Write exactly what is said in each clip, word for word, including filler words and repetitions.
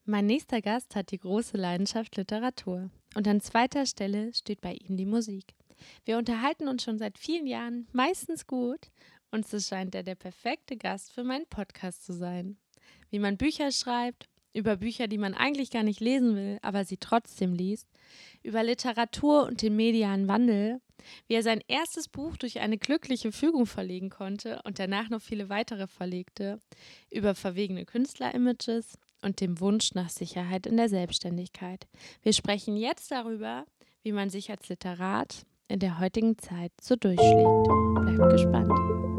Mein nächster Gast hat die große Leidenschaft Literatur. Und an zweiter Stelle steht bei ihm die Musik. Wir unterhalten uns schon seit vielen Jahren, meistens gut, und so scheint er der perfekte Gast für meinen Podcast zu sein. Wie man Bücher schreibt, über Bücher, die man eigentlich gar nicht lesen will, aber sie trotzdem liest, über Literatur und den medialen Wandel, wie er sein erstes Buch durch eine glückliche Fügung verlegen konnte und danach noch viele weitere verlegte, über verwegene Künstlerimages und dem Wunsch nach Sicherheit in der Selbstständigkeit. Wir sprechen jetzt darüber, wie man sich als Literat in der heutigen Zeit so durchschlägt. Bleibt gespannt.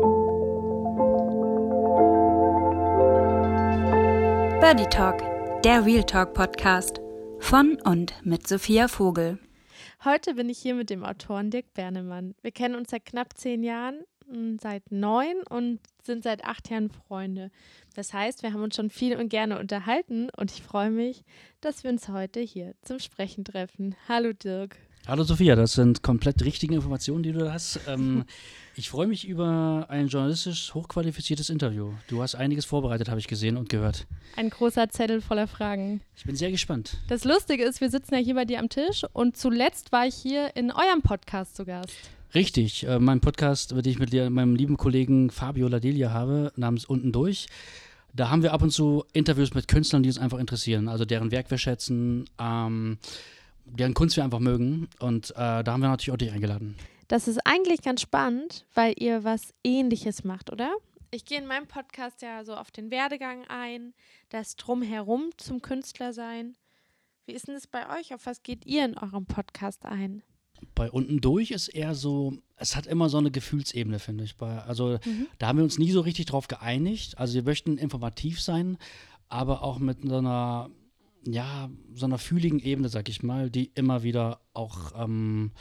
Birdie Talk, der Real Talk Podcast von und mit Sophia Vogel. Heute bin ich hier mit dem Autoren Dirk Bernemann. Wir kennen uns seit knapp zehn Jahren, seit neun und sind seit acht Jahren Freunde. Das heißt, wir haben uns schon viel und gerne unterhalten und ich freue mich, dass wir uns heute hier zum Sprechen treffen. Hallo Dirk. Hallo Sophia, das sind komplett richtige Informationen, die du da hast. Ähm, ich freue mich über ein journalistisch hochqualifiziertes Interview. Du hast einiges vorbereitet, habe ich gesehen und gehört. Ein großer Zettel voller Fragen. Ich bin sehr gespannt. Das Lustige ist, wir sitzen ja hier bei dir am Tisch und zuletzt war ich hier in eurem Podcast zu Gast. Richtig, äh, mein Podcast, den ich mit dir, meinem lieben Kollegen Fabio Ladelia habe, namens Unten durch. Da haben wir ab und zu Interviews mit Künstlern, die uns einfach interessieren, also deren Werk wir schätzen, ähm, deren Kunst wir einfach mögen und äh, da haben wir natürlich auch dich eingeladen. Das ist eigentlich ganz spannend, weil ihr was Ähnliches macht, oder? Ich gehe in meinem Podcast ja so auf den Werdegang ein, das Drumherum zum Künstler sein. Wie ist denn das bei euch? Auf was geht ihr in eurem Podcast ein? Bei Unten durch ist eher so, es hat immer so eine Gefühlsebene, finde ich. Bei, also Mhm. da haben wir uns nie so richtig drauf geeinigt. Also wir möchten informativ sein, aber auch mit so einer, ja, so einer fühligen Ebene, sag ich mal, die immer wieder auch, ähm,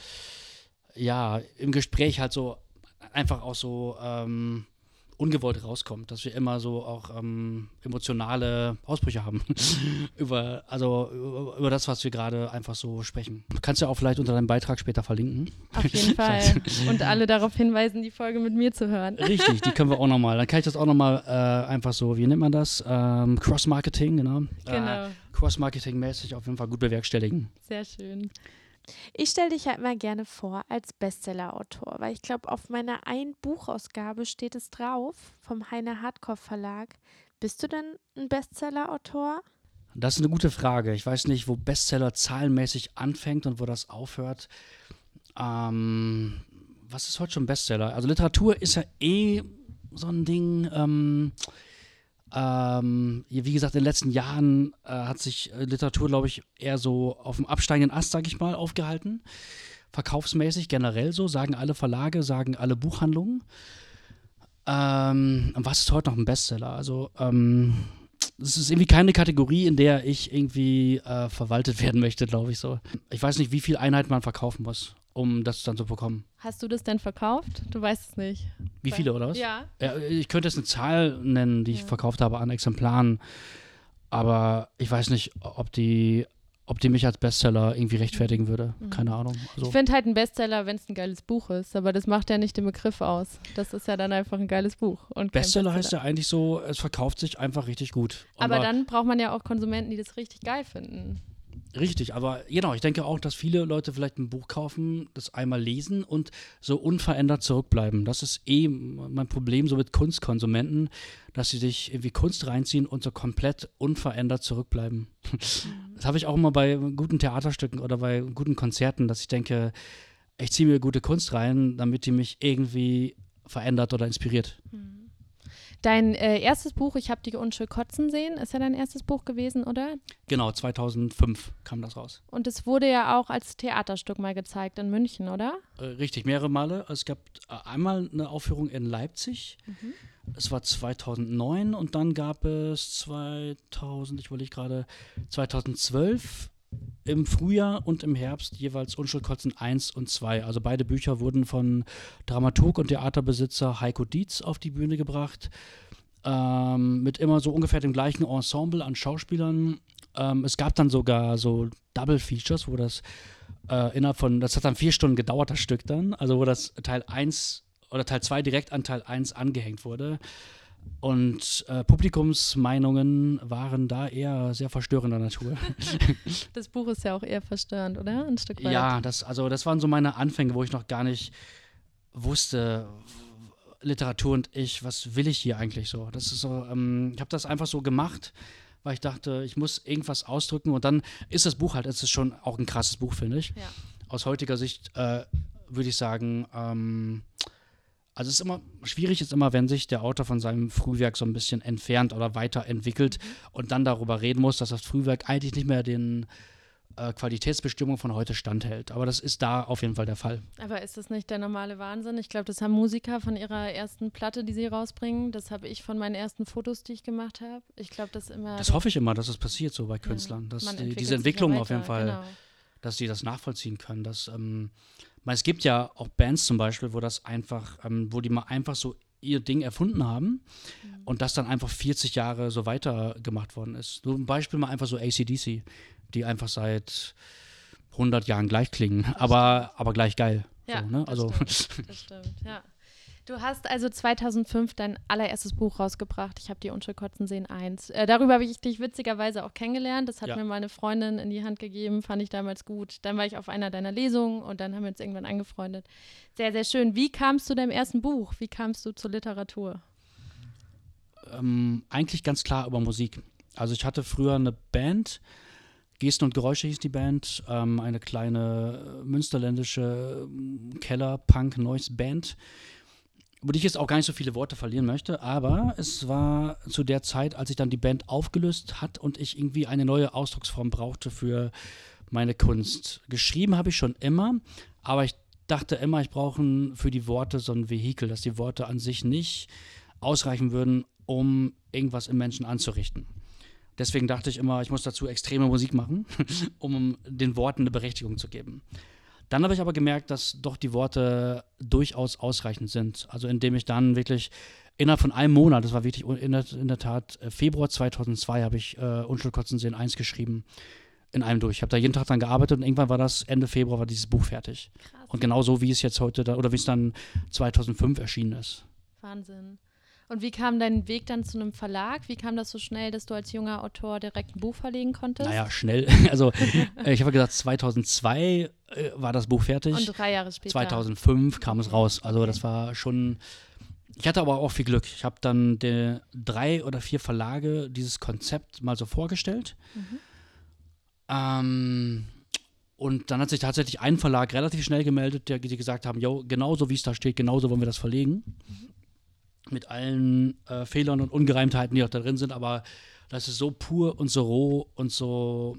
ja, im Gespräch halt so einfach auch so ähm, ungewollt rauskommt, dass wir immer so auch ähm, emotionale Ausbrüche haben über, also über, über das, was wir gerade einfach so sprechen. Du kannst ja auch vielleicht unter deinem Beitrag später verlinken. Auf jeden Fall. Und alle darauf hinweisen, die Folge mit mir zu hören. Richtig, die können wir auch nochmal. Dann kann ich das auch nochmal äh, einfach so, wie nennt man das? Ähm, Cross-Marketing, genau. Genau. Äh, Cross-Marketing-mäßig auf jeden Fall gut bewerkstelligen. Sehr schön. Ich stelle dich ja immer gerne vor als Bestseller-Autor, weil ich glaube, auf meiner Ein-Buchausgabe steht es drauf, vom Heine Hardcore Verlag. Bist du denn ein Bestseller-Autor? Das ist eine gute Frage. Ich weiß nicht, wo Bestseller zahlenmäßig anfängt und wo das aufhört. Ähm, was ist heute schon Bestseller? Also Literatur ist ja eh so ein Ding. Ähm, ähm, wie gesagt, in den letzten Jahren äh, hat sich äh, Literatur, glaube ich, eher so auf dem absteigenden Ast, sage ich mal, aufgehalten. Verkaufsmäßig generell so, sagen alle Verlage, sagen alle Buchhandlungen. Ähm, was ist heute noch ein Bestseller? Also, ähm, es ist irgendwie keine Kategorie, in der ich irgendwie äh, verwaltet werden möchte, glaube ich so. Ich weiß nicht, wie viel Einheiten man verkaufen muss, um das dann zu bekommen. Hast du das denn verkauft? Du weißt es nicht. Wie viele, oder was? Ja. Ja, ich könnte jetzt eine Zahl nennen, die ich Ja. verkauft habe an Exemplaren, aber ich weiß nicht, ob die, ob die mich als Bestseller irgendwie rechtfertigen würde. Mhm. Keine Ahnung. Also, Ich finde halt ein Bestseller, wenn es ein geiles Buch ist, aber das macht ja nicht den Begriff aus. Das ist ja dann einfach ein geiles Buch. Und kein Bestseller heißt ja eigentlich so, es verkauft sich einfach richtig gut. Aber dann braucht man ja auch Konsumenten, die das richtig geil finden. Richtig, aber genau, ich denke auch, dass viele Leute vielleicht ein Buch kaufen, das einmal lesen und so unverändert zurückbleiben. Das ist eh mein Problem so mit Kunstkonsumenten, dass sie sich irgendwie Kunst reinziehen und so komplett unverändert zurückbleiben. Das habe ich auch immer bei guten Theaterstücken oder bei guten Konzerten, dass ich denke, ich ziehe mir gute Kunst rein, damit die mich irgendwie verändert oder inspiriert. Dein äh, erstes Buch, Ich hab die Unschuld kotzen sehen, ist ja dein erstes Buch gewesen, oder? Genau, zweitausendfünf kam das raus. Und es wurde ja auch als Theaterstück mal gezeigt in München, oder? Äh, richtig, mehrere Male. Es gab äh, einmal eine Aufführung in Leipzig. Mhm. Es war zweitausendneun und dann gab es zweitausend, ich überlege gerade, zweitausendzwölf im Frühjahr und im Herbst jeweils Unschuld-Kotzen eins und zwei. Also beide Bücher wurden von Dramaturg und Theaterbesitzer Heiko Dietz auf die Bühne gebracht. Ähm, mit immer so ungefähr dem gleichen Ensemble an Schauspielern. Ähm, es gab dann sogar so Double Features, wo das äh, innerhalb von, das hat dann vier Stunden gedauert, das Stück dann, also wo das Teil eins oder Teil zwei direkt an Teil eins angehängt wurde. Und äh, Publikumsmeinungen waren da eher sehr verstörender Natur. Das Buch ist ja auch eher verstörend, oder? Ein Stück weit. Ja, das, also das waren so meine Anfänge, wo ich noch gar nicht wusste, Literatur und ich, was will ich hier eigentlich so? Das ist so, ähm, ich habe das einfach so gemacht, weil ich dachte, ich muss irgendwas ausdrücken und dann ist das Buch halt, es ist schon auch ein krasses Buch, finde ich. Ja. Aus heutiger Sicht äh, würde ich sagen, ähm, also es ist immer, schwierig ist immer, wenn sich der Autor von seinem Frühwerk so ein bisschen entfernt oder weiterentwickelt mhm. und dann darüber reden muss, dass das Frühwerk eigentlich nicht mehr den äh, Qualitätsbestimmungen von heute standhält. Aber das ist da auf jeden Fall der Fall. Aber ist das nicht der normale Wahnsinn? Ich glaube, das haben Musiker von ihrer ersten Platte, die sie rausbringen. Das habe ich von meinen ersten Fotos, die ich gemacht habe. Ich glaube, das immer. Das hoffe ich immer, dass es das passiert so bei Künstlern. Ja, dass die, diese Entwicklung ja auf jeden Fall, genau. dass sie das nachvollziehen können. Dass, ähm, meine, es gibt ja auch Bands zum Beispiel, wo das einfach, ähm, wo die mal einfach so ihr Ding erfunden haben mhm. und das dann einfach vierzig Jahre so weitergemacht worden ist. So ein Beispiel mal einfach so A C D C, die einfach seit hundert Jahren gleich klingen, aber, aber gleich geil. Ja, so, ne? das, also. stimmt. das stimmt, ja. Du hast also zweitausendfünf dein allererstes Buch rausgebracht. Ich habe die Unschuld sehen eins. Äh, darüber habe ich dich witzigerweise auch kennengelernt. Das hat ja. mir meine Freundin in die Hand gegeben, fand ich damals gut. Dann war ich auf einer deiner Lesungen und dann haben wir uns irgendwann angefreundet. Sehr, sehr schön. Wie kamst du deinem ersten Buch? Wie kamst du zur Literatur? Ähm, eigentlich ganz klar über Musik. Also ich hatte früher eine Band, Gesten und Geräusche hieß die Band, ähm, eine kleine münsterländische Keller-Punk-Noise-Band, über die ich jetzt auch gar nicht so viele Worte verlieren möchte, aber es war zu der Zeit, als sich dann die Band aufgelöst hat und ich irgendwie eine neue Ausdrucksform brauchte für meine Kunst. Geschrieben habe ich schon immer, aber ich dachte immer, ich brauche für die Worte so ein Vehikel, dass die Worte an sich nicht ausreichen würden, um irgendwas im Menschen anzurichten. Deswegen dachte ich immer, ich muss dazu extreme Musik machen, um den Worten eine Berechtigung zu geben. Dann habe ich aber gemerkt, dass doch die Worte durchaus ausreichend sind. Also indem ich dann wirklich innerhalb von einem Monat, das war wirklich in der, in der Tat Februar zweitausendzwei, habe ich äh, Unschuld kotzen sehen eins geschrieben, in einem durch. Ich habe da jeden Tag dran gearbeitet und irgendwann war das, Ende Februar war dieses Buch fertig. Krass. Und genau so, wie es jetzt heute, da, oder wie es dann zweitausendfünf erschienen ist. Wahnsinn. Und wie kam dein Weg dann zu einem Verlag? Wie kam das so schnell, dass du als junger Autor direkt ein Buch verlegen konntest? Naja, schnell. Also äh, ich habe gesagt, zweitausendzwei äh, war das Buch fertig. Und drei Jahre später? zweitausendfünf kam es raus. Also das war schon, ich hatte aber auch viel Glück. Ich habe dann de, drei oder vier Verlage dieses Konzept mal so vorgestellt. Mhm. Ähm, und dann hat sich tatsächlich ein Verlag relativ schnell gemeldet, der, die gesagt haben, jo, genauso wie es da steht, genauso wollen wir das verlegen. Mhm. Mit allen äh, Fehlern und Ungereimtheiten, die auch da drin sind, aber das ist so pur und so roh und so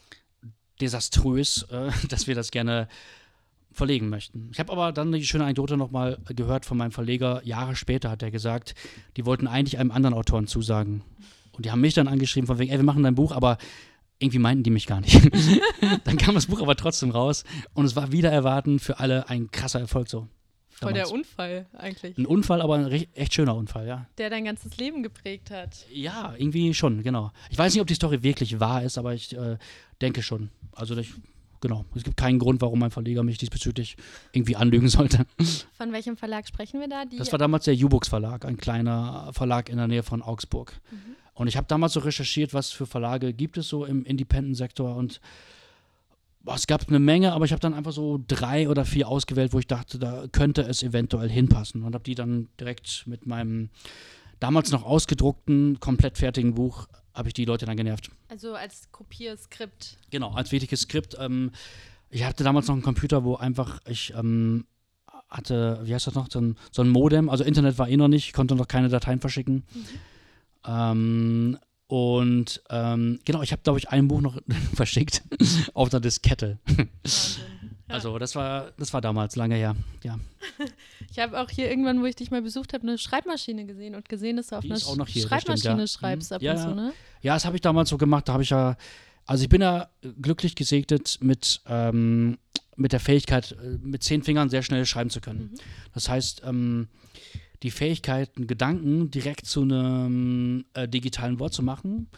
desaströs, äh, dass wir das gerne verlegen möchten. Ich habe aber dann die schöne Anekdote nochmal gehört von meinem Verleger. Jahre später hat er gesagt, die wollten eigentlich einem anderen Autoren zusagen. Und die haben mich dann angeschrieben von wegen, ey, wir machen dein Buch, aber irgendwie meinten die mich gar nicht. Dann kam das Buch aber trotzdem raus und es war wieder erwarten für alle ein krasser Erfolg so. Voll der Unfall eigentlich. Ein Unfall, aber ein echt schöner Unfall, ja. Der dein ganzes Leben geprägt hat. Ja, irgendwie schon, genau. Ich weiß nicht, ob die Story wirklich wahr ist, aber ich äh, denke schon. Also, ich, genau. Es gibt keinen Grund, warum mein Verleger mich diesbezüglich irgendwie anlügen sollte. Von welchem Verlag sprechen wir da? Die das war damals der U-Books Verlag, ein kleiner Verlag in der Nähe von Augsburg. Mhm. Und ich habe damals so recherchiert, was für Verlage gibt es so im Independent-Sektor und es gab eine Menge, aber ich habe dann einfach so drei oder vier ausgewählt, wo ich dachte, da könnte es eventuell hinpassen. Und habe die dann direkt mit meinem damals noch ausgedruckten, komplett fertigen Buch, habe ich die Leute dann genervt. Also als Kopierskript. Genau, als wirkliches Skript. Ähm, ich hatte damals noch einen Computer, wo einfach ich ähm, hatte, wie heißt das noch, so ein, so ein Modem. Also Internet war eh noch nicht, konnte noch keine Dateien verschicken. Mhm. Ähm, Und ähm, genau, ich habe, glaube ich, ein Buch noch verschickt auf einer Diskette. Wahnsinn. Ja. Also das war, das war damals lange her, ja. Ich habe auch hier irgendwann, wo ich dich mal besucht habe, eine Schreibmaschine gesehen und gesehen, dass du auf Die einer ist auch noch hier, Schreibmaschine stimmt, ja. schreibst ab ja, und zu, ne? Ja, das habe ich damals so gemacht. Da habe ich ja, also ich bin ja glücklich gesegnet mit, ähm, mit der Fähigkeit, mit zehn Fingern sehr schnell schreiben zu können. Mhm. Das heißt, ähm, die Fähigkeit, einen Gedanken direkt zu einem äh, digitalen Wort zu machen,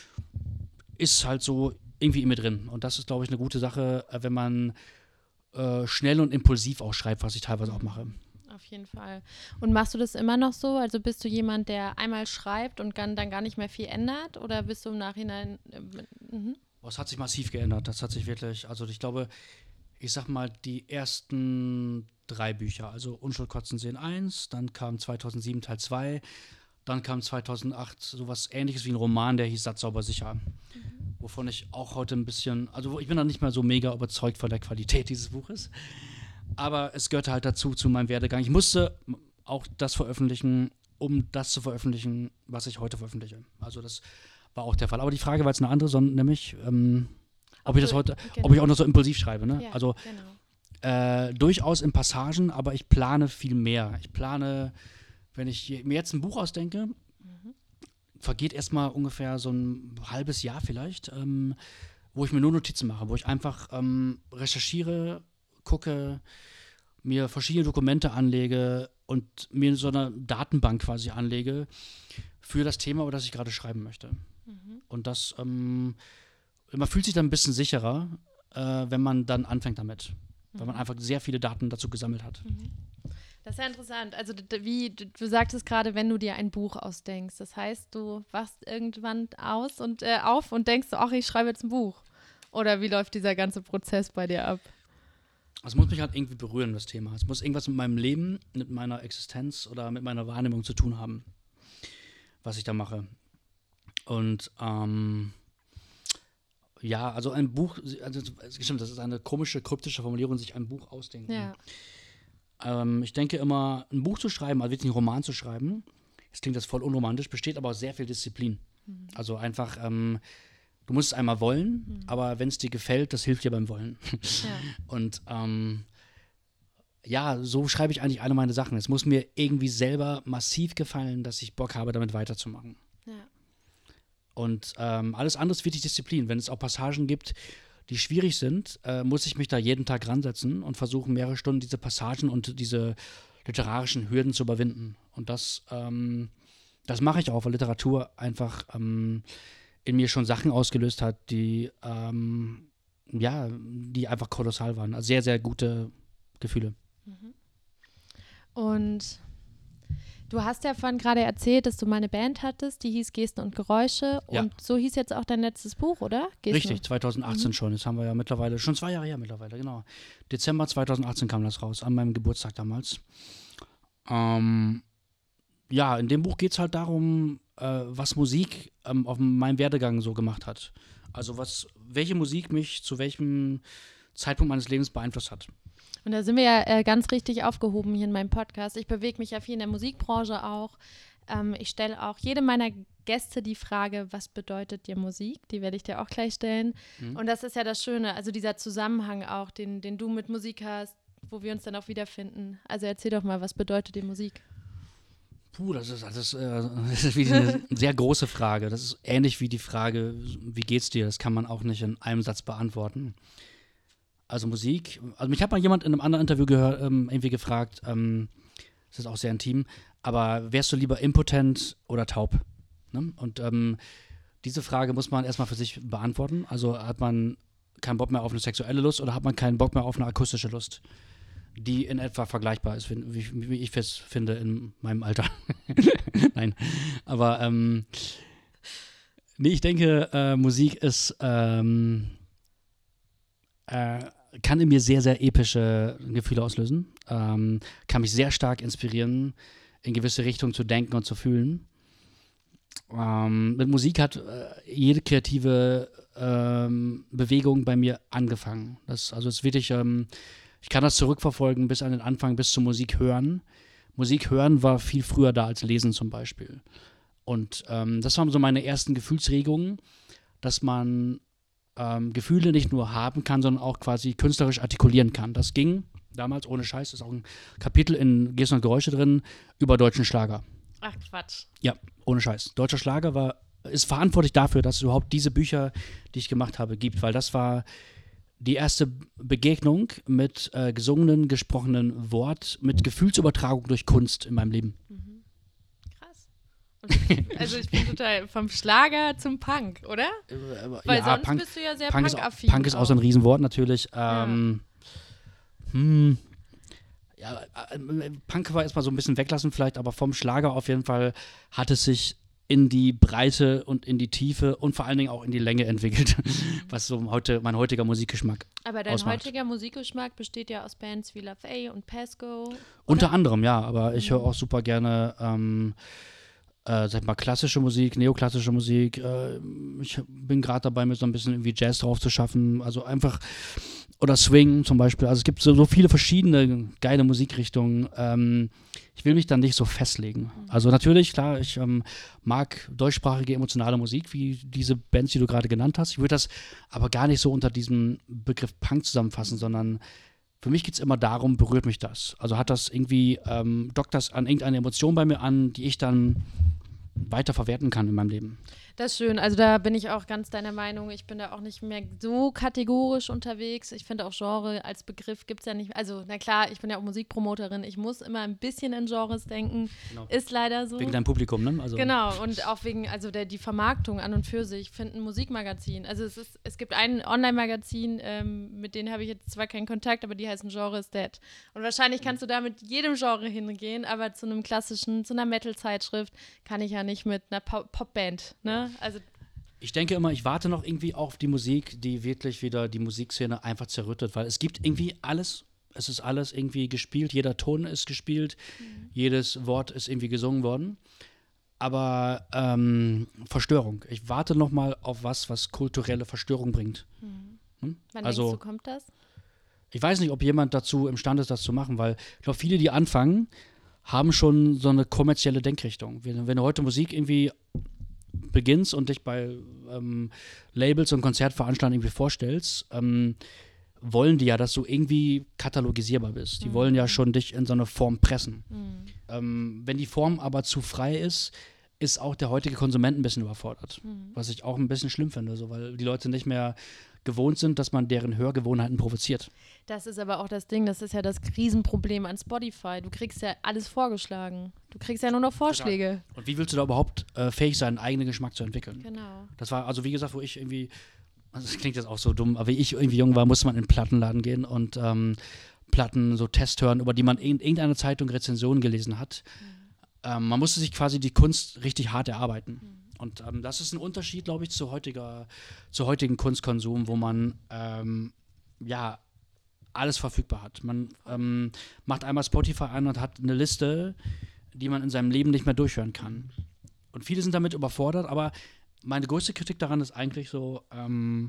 ist halt so irgendwie in mir drin. Und das ist, glaube ich, eine gute Sache, äh, wenn man äh, schnell und impulsiv auch schreibt, was ich teilweise auch mache. Auf jeden Fall. Und machst du das immer noch so? Also bist du jemand, der einmal schreibt und dann, dann gar nicht mehr viel ändert? Oder bist du im Nachhinein... Äh, mhm. Es hat sich massiv geändert. Das hat sich wirklich, also ich glaube, ich sag mal, die ersten drei Bücher, also Unschuld, Kotzen, Sehen eins, dann kam zweitausendsieben Teil zwei, dann kam zweitausendacht sowas Ähnliches wie ein Roman, der hieß Satz sauber sicher. Mhm. Wovon ich auch heute ein bisschen, also ich bin dann nicht mehr so mega überzeugt von der Qualität dieses Buches. Aber es gehörte halt dazu, zu meinem Werdegang. Ich musste auch das veröffentlichen, um das zu veröffentlichen, was ich heute veröffentliche. Also das war auch der Fall. Aber die Frage war jetzt eine andere, sondern nämlich, ähm, ob ich das heute, genau. ob ich auch noch so impulsiv schreibe. Ne? Ja, also genau. äh, durchaus in Passagen, aber ich plane viel mehr. Ich plane, wenn ich mir jetzt ein Buch ausdenke, mhm. vergeht erstmal ungefähr so ein halbes Jahr vielleicht, ähm, wo ich mir nur Notizen mache, wo ich einfach ähm, recherchiere, gucke, mir verschiedene Dokumente anlege und mir so eine Datenbank quasi anlege für das Thema, über das ich gerade schreiben möchte. Mhm. Und das, ähm, man fühlt sich dann ein bisschen sicherer, äh, wenn man dann anfängt damit. Mhm. Weil man einfach sehr viele Daten dazu gesammelt hat. Mhm. Das ist ja interessant. Also d- wie du, du sagtest gerade, wenn du dir ein Buch ausdenkst. Das heißt, du wachst irgendwann aus und äh, auf und denkst so, ach, ich schreibe jetzt ein Buch. Oder wie läuft dieser ganze Prozess bei dir ab? Es muss mich halt irgendwie berühren, das Thema. Es muss irgendwas mit meinem Leben, mit meiner Existenz oder mit meiner Wahrnehmung zu tun haben, was ich da mache. Und ähm, ja, also ein Buch, also stimmt, das ist eine komische, kryptische Formulierung, sich ein Buch ausdenken. Ja. Ähm, ich denke immer, ein Buch zu schreiben, also wirklich einen Roman zu schreiben, das klingt jetzt voll unromantisch, besteht aber aus sehr viel Disziplin. Mhm. Also einfach, ähm, du musst es einmal wollen, mhm. aber wenn es dir gefällt, das hilft dir beim Wollen. Ja. Und ähm, ja, so schreibe ich eigentlich alle meine Sachen. Es muss mir irgendwie selber massiv gefallen, dass ich Bock habe, damit weiterzumachen. Ja. Und ähm, alles andere ist wirklich Disziplin. Wenn es auch Passagen gibt, die schwierig sind, äh, muss ich mich da jeden Tag ransetzen und versuchen, mehrere Stunden diese Passagen und diese literarischen Hürden zu überwinden. Und das, ähm, das mache ich auch, weil Literatur einfach ähm, in mir schon Sachen ausgelöst hat, die, ähm, ja, die einfach kolossal waren. Also sehr, sehr gute Gefühle. Und du hast ja vorhin gerade erzählt, dass du mal eine Band hattest, die hieß Gesten und Geräusche. Ja. Und so hieß jetzt auch dein letztes Buch, oder? Gesten Richtig, zweitausendachtzehn mhm. schon. Jetzt haben wir ja mittlerweile, schon zwei Jahre her mittlerweile, genau. Dezember zweitausendachtzehn kam das raus, an meinem Geburtstag damals. Ähm, ja, in dem Buch geht es halt darum, äh, was Musik ähm, auf meinem Werdegang so gemacht hat. Also was, welche Musik mich zu welchem Zeitpunkt meines Lebens beeinflusst hat. Und da sind wir ja äh, ganz richtig aufgehoben hier in meinem Podcast. Ich bewege mich ja viel in der Musikbranche auch. Ähm, ich stelle auch jedem meiner Gäste die Frage, was bedeutet dir Musik? Die werde ich dir auch gleich stellen. Mhm. Und das ist ja das Schöne, also dieser Zusammenhang auch, den, den du mit Musik hast, wo wir uns dann auch wiederfinden. Also erzähl doch mal, was bedeutet dir Musik? Puh, das ist, das ist, äh, das ist wie eine sehr große Frage. Das ist ähnlich wie die Frage, wie geht's dir? Das kann man auch nicht in einem Satz beantworten. Also Musik, also mich hat mal jemand in einem anderen Interview gehört, ähm, irgendwie gefragt, ähm, das ist auch sehr intim, aber wärst du lieber impotent oder taub? Ne? Und ähm, diese Frage muss man erstmal für sich beantworten. Also hat man keinen Bock mehr auf eine sexuelle Lust oder hat man keinen Bock mehr auf eine akustische Lust, die in etwa vergleichbar ist, wie, wie ich es finde in meinem Alter. Nein, aber ähm, nee, ich denke, äh, Musik ist ähm, äh, kann in mir sehr, sehr epische Gefühle auslösen, ähm, kann mich sehr stark inspirieren, in gewisse Richtungen zu denken und zu fühlen. Ähm, mit Musik hat äh, jede kreative ähm, Bewegung bei mir angefangen. Das, also es ist wirklich, ähm, ich kann das zurückverfolgen bis an den Anfang, bis zum Musik hören. Musik hören war viel früher da als Lesen zum Beispiel. Und ähm, das waren so meine ersten Gefühlsregungen, dass man ähm, Gefühle nicht nur haben kann, sondern auch quasi künstlerisch artikulieren kann. Das ging damals, ohne Scheiß, ist auch ein Kapitel in Gesten und Geräusche drin, über deutschen Schlager. Ach Quatsch. Ja, ohne Scheiß. Deutscher Schlager war, ist verantwortlich dafür, dass es überhaupt diese Bücher, die ich gemacht habe, gibt, weil das war die erste Begegnung mit äh, gesungenen, gesprochenen Wort, mit Gefühlsübertragung durch Kunst in meinem Leben. Mhm. Krass. Und, also ich bin total vom Schlager zum Punk, oder? Äh, Weil ja, sonst Punk, bist du ja sehr Punk Punk-affin. Ist, Punk ist auch so ein Riesenwort natürlich. Ähm, ja. Hm, ja, äh, Punk war erstmal so ein bisschen weglassen vielleicht, aber vom Schlager auf jeden Fall hat es sich in die Breite und in die Tiefe und vor allen Dingen auch in die Länge entwickelt, was so heute, mein heutiger Musikgeschmack Aber dein ausmacht. heutiger Musikgeschmack besteht ja aus Bands wie Love A und Pasco. Oder? Unter anderem, ja, aber ich höre auch super gerne ähm, äh, sag ich mal, klassische Musik, neoklassische Musik. Äh, ich bin gerade dabei, mir so ein bisschen irgendwie Jazz drauf zu schaffen. Also einfach, oder Swing zum Beispiel. Also es gibt so, so viele verschiedene geile Musikrichtungen. Ähm, ich will mich dann nicht so festlegen. Also natürlich, klar, ich ähm, mag deutschsprachige emotionale Musik, wie diese Bands, die du gerade genannt hast. Ich würde das aber gar nicht so unter diesem Begriff Punk zusammenfassen, sondern für mich geht es immer darum, berührt mich das? Also hat das irgendwie, ähm, dockt das an irgendeine Emotion bei mir an, die ich dann weiter verwerten kann in meinem Leben. Das ist schön. Also da bin ich auch ganz deiner Meinung. Ich bin da auch nicht mehr so kategorisch unterwegs. Ich finde auch Genre als Begriff gibt es ja nicht. Also na klar, ich bin ja auch Musikpromoterin. Ich muss immer ein bisschen in Genres denken. Genau. Ist leider so. Wegen deinem Publikum, ne? Also genau. Und auch wegen, also der, die Vermarktung an und für sich. Ich finde ein Musikmagazin. Also es ist, es gibt ein Online-Magazin, ähm, mit denen habe ich jetzt zwar keinen Kontakt, aber die heißen Genre is Dead. Und wahrscheinlich kannst du da mit jedem Genre hingehen, aber zu einem klassischen, zu einer Metal-Zeitschrift kann ich ja nicht mit einer Pop- Popband, ne? Also ich denke immer, ich warte noch irgendwie auf die Musik, die wirklich wieder die Musikszene einfach zerrüttet, weil es gibt irgendwie alles, es ist alles irgendwie gespielt, jeder Ton ist gespielt, mhm. jedes Wort ist irgendwie gesungen worden, aber ähm, Verstörung. Ich warte noch mal auf was, was kulturelle Verstörung bringt. Mhm. Hm? Wann also, denkst du, kommt das? Ich weiß nicht, ob jemand dazu imstande ist, das zu machen, weil ich glaube, viele, die anfangen, haben schon so eine kommerzielle Denkrichtung. Wenn, wenn du heute Musik irgendwie beginnst und dich bei ähm, Labels und Konzertveranstaltungen irgendwie vorstellst, ähm, wollen die ja, dass du irgendwie katalogisierbar bist. Die mhm. wollen ja schon dich in so eine Form pressen. Mhm. Ähm, wenn die Form aber zu frei ist, ist auch der heutige Konsument ein bisschen überfordert. Mhm. Was ich auch ein bisschen schlimm finde, so, weil die Leute nicht mehr gewohnt sind, dass man deren Hörgewohnheiten provoziert. Das ist aber auch das Ding, das ist ja das Riesenproblem an Spotify. Du kriegst ja alles vorgeschlagen. Du kriegst ja nur noch Vorschläge. Und wie willst du da überhaupt äh, fähig sein, einen eigenen Geschmack zu entwickeln? Genau. Das war, also wie gesagt, wo ich irgendwie, also das klingt jetzt auch so dumm, aber wie ich irgendwie jung war, musste man in den Plattenladen gehen und ähm, Platten so Tests hören, über die man in irgendeiner Zeitung Rezensionen gelesen hat. Mhm. Ähm, man musste sich quasi die Kunst richtig hart erarbeiten. Mhm. Und ähm, das ist ein Unterschied, glaube ich, zu heutiger, zu heutigen Kunstkonsum, wo man ähm, ja alles verfügbar hat. Man ähm, macht einmal Spotify an und hat eine Liste, die man in seinem Leben nicht mehr durchhören kann. Und viele sind damit überfordert, aber meine größte Kritik daran ist eigentlich so, ähm,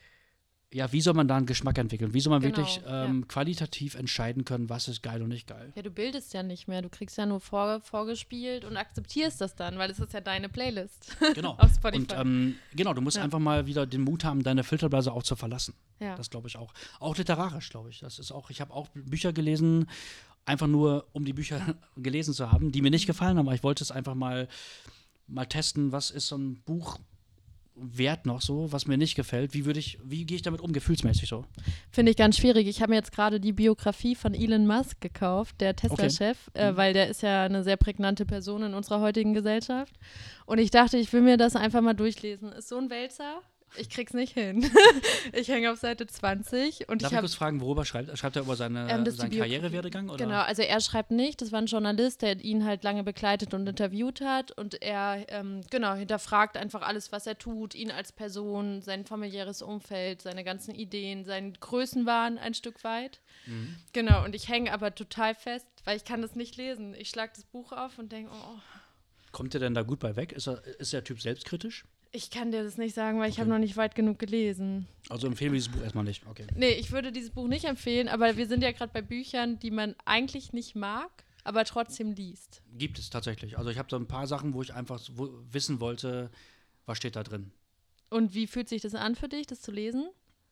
ja, wie soll man da einen Geschmack entwickeln? Wie soll man genau, wirklich ähm, ja. qualitativ entscheiden können, was ist geil und nicht geil? Ja, du bildest ja nicht mehr. Du kriegst ja nur vor, vorgespielt und akzeptierst das dann, weil es ist ja deine Playlist. Genau. Auf Spotify. Und ähm, genau, du musst ja. einfach mal wieder den Mut haben, deine Filterblase auch zu verlassen. Ja. Das glaube ich auch. Auch literarisch, glaube ich. Das ist auch, ich habe auch Bücher gelesen, einfach nur, um die Bücher gelesen zu haben, die mir nicht gefallen haben, aber ich wollte es einfach mal, mal testen, was ist so ein Buch wert noch so, was mir nicht gefällt. Wie würde ich, wie gehe ich damit um, gefühlsmäßig so? Finde ich ganz schwierig. Ich habe mir jetzt gerade die Biografie von Elon Musk gekauft, der Tesla-Chef, okay. äh, mhm. weil der ist ja eine sehr prägnante Person in unserer heutigen Gesellschaft. Und ich dachte, ich will mir das einfach mal durchlesen. Ist so ein Wälzer. Ich krieg's nicht hin. Ich hänge auf Seite zwanzig. Und Darf ich ich kurz fragen, worüber schreibt, schreibt er über seine, ähm, seinen Karrierewerdegang? Oder? Genau, also er schreibt nicht. Das war ein Journalist, der ihn halt lange begleitet und interviewt hat. Und er, ähm, genau, hinterfragt einfach alles, was er tut. Ihn als Person, sein familiäres Umfeld, seine ganzen Ideen, seinen Größenwahn ein Stück weit. Mhm. Genau, und ich hänge aber total fest, weil ich kann das nicht lesen. Ich schlage das Buch auf und denke, oh. Kommt er denn da gut bei weg? Ist, er, ist der Typ selbstkritisch? Ich kann dir das nicht sagen, weil okay. ich habe noch nicht weit genug gelesen. Also empfehlen wir dieses Buch erstmal nicht, okay. Nee, ich würde dieses Buch nicht empfehlen, aber wir sind ja gerade bei Büchern, die man eigentlich nicht mag, aber trotzdem liest. Gibt es tatsächlich. Also ich habe so ein paar Sachen, wo ich einfach wo, wissen wollte, was steht da drin. Und wie fühlt sich das an für dich, das zu lesen?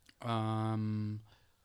Ähm,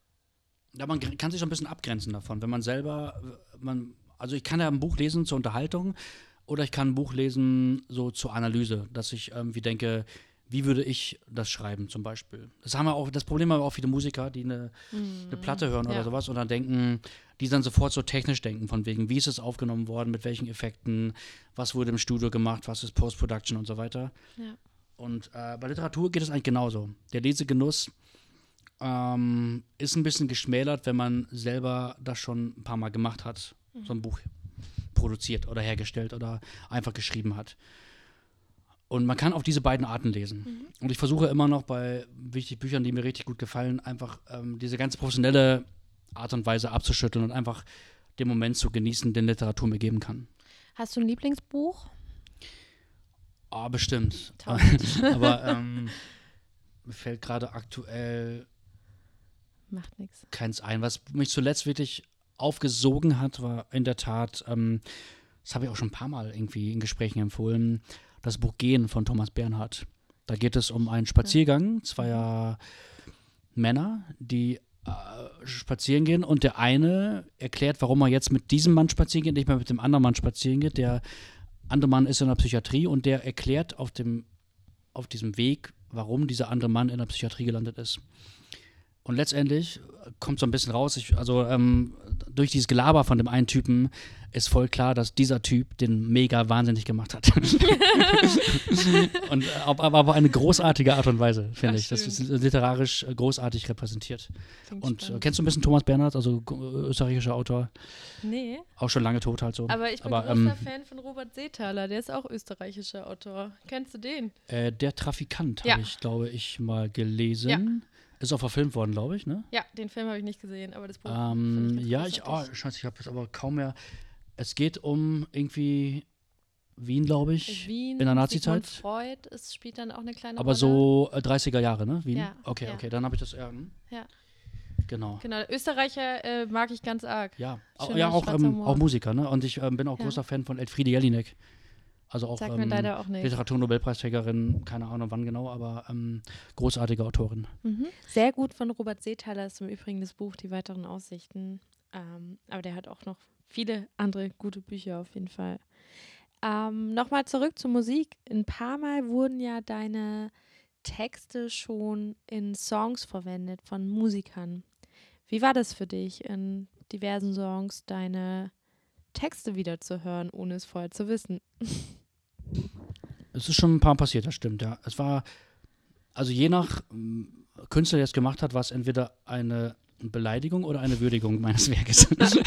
ja, man kann sich so ein bisschen abgrenzen davon. Wenn man selber, man, also ich kann ja ein Buch lesen zur Unterhaltung, oder ich kann ein Buch lesen, so zur Analyse, dass ich irgendwie denke, wie würde ich das schreiben zum Beispiel. Das haben wir auch, das Problem haben auch viele Musiker, die eine, mm, eine Platte hören ja. oder sowas und dann denken, die dann sofort so technisch denken, von wegen, wie ist es aufgenommen worden, mit welchen Effekten, was wurde im Studio gemacht, was ist Post-Production und so weiter. Ja. Und äh, bei Literatur geht es eigentlich genauso. Der Lesegenuss ähm, ist ein bisschen geschmälert, wenn man selber das schon ein paar Mal gemacht hat, mhm. so ein Buch produziert oder hergestellt oder einfach geschrieben hat. Und man kann auf diese beiden Arten lesen. Mhm. Und ich versuche immer noch bei wichtigen Büchern, die mir richtig gut gefallen, einfach ähm, diese ganz professionelle Art und Weise abzuschütteln und einfach den Moment zu genießen, den Literatur mir geben kann. Hast du ein Lieblingsbuch? Oh, bestimmt. Aber ähm, mir fällt gerade aktuell Macht nichts. Keins ein. Was mich zuletzt wirklich aufgesogen hat, war in der Tat, ähm, das habe ich auch schon ein paar Mal irgendwie in Gesprächen empfohlen, das Buch Gehen von Thomas Bernhard. Da geht es um einen Spaziergang zweier Männer, die äh, spazieren gehen und der eine erklärt, warum er jetzt mit diesem Mann spazieren geht, nicht mehr mit dem anderen Mann spazieren geht. Der andere Mann ist in der Psychiatrie und der erklärt auf dem, auf diesem Weg, warum dieser andere Mann in der Psychiatrie gelandet ist. Und letztendlich kommt so ein bisschen raus, ich, also ähm, durch dieses Gelaber von dem einen Typen ist voll klar, dass dieser Typ den mega wahnsinnig gemacht hat. Und aber, aber auf eine großartige Art und Weise, finde ich. Das ist literarisch großartig repräsentiert. Klingt und spannend. Kennst du ein bisschen Thomas Bernhard, also österreichischer Autor? Nee. Auch schon lange tot halt so. Aber ich bin aber, großer ähm, Fan von Robert Seethaler, der ist auch österreichischer Autor. Kennst du den? Äh, der Trafikant ja. habe ich, glaube ich, mal gelesen. Ja. Ist auch verfilmt worden, glaube ich, ne? Ja, den Film habe ich nicht gesehen, aber das Buch. Ähm, ich ja, ich, oh, scheiße, ich habe es aber kaum mehr. Es geht um irgendwie Wien, glaube ich, Wien, in der Nazizeit. Freud, es spielt dann auch eine kleine aber Rolle. so äh, dreißiger Jahre, ne? Wien? Ja. Okay, ja. okay, dann habe ich das, ja. Hm. Ja. Genau. Genau, Österreicher äh, mag ich ganz arg. Ja, auch, ja auch, ähm, auch Musiker, ne? Und ich ähm, bin auch ja. großer Fan von Elfriede Jelinek. Also auch, ähm, auch Literaturnobelpreisträgerin, keine Ahnung wann genau, aber ähm, großartige Autorin. Mhm. Sehr gut von Robert Seethaler ist im Übrigen das Buch Die weiteren Aussichten. Ähm, aber der hat auch noch viele andere gute Bücher auf jeden Fall. Ähm, Nochmal zurück zur Musik. Ein paar Mal wurden ja deine Texte schon in Songs verwendet von Musikern. Wie war das für dich, in diversen Songs deine Texte wieder zu hören, ohne es vorher zu wissen? Es ist schon ein paar Mal passiert, das stimmt, ja. Es war, also je nach ähm, Künstler, der es gemacht hat, war es entweder eine Beleidigung oder eine Würdigung meines Werkes. Sollen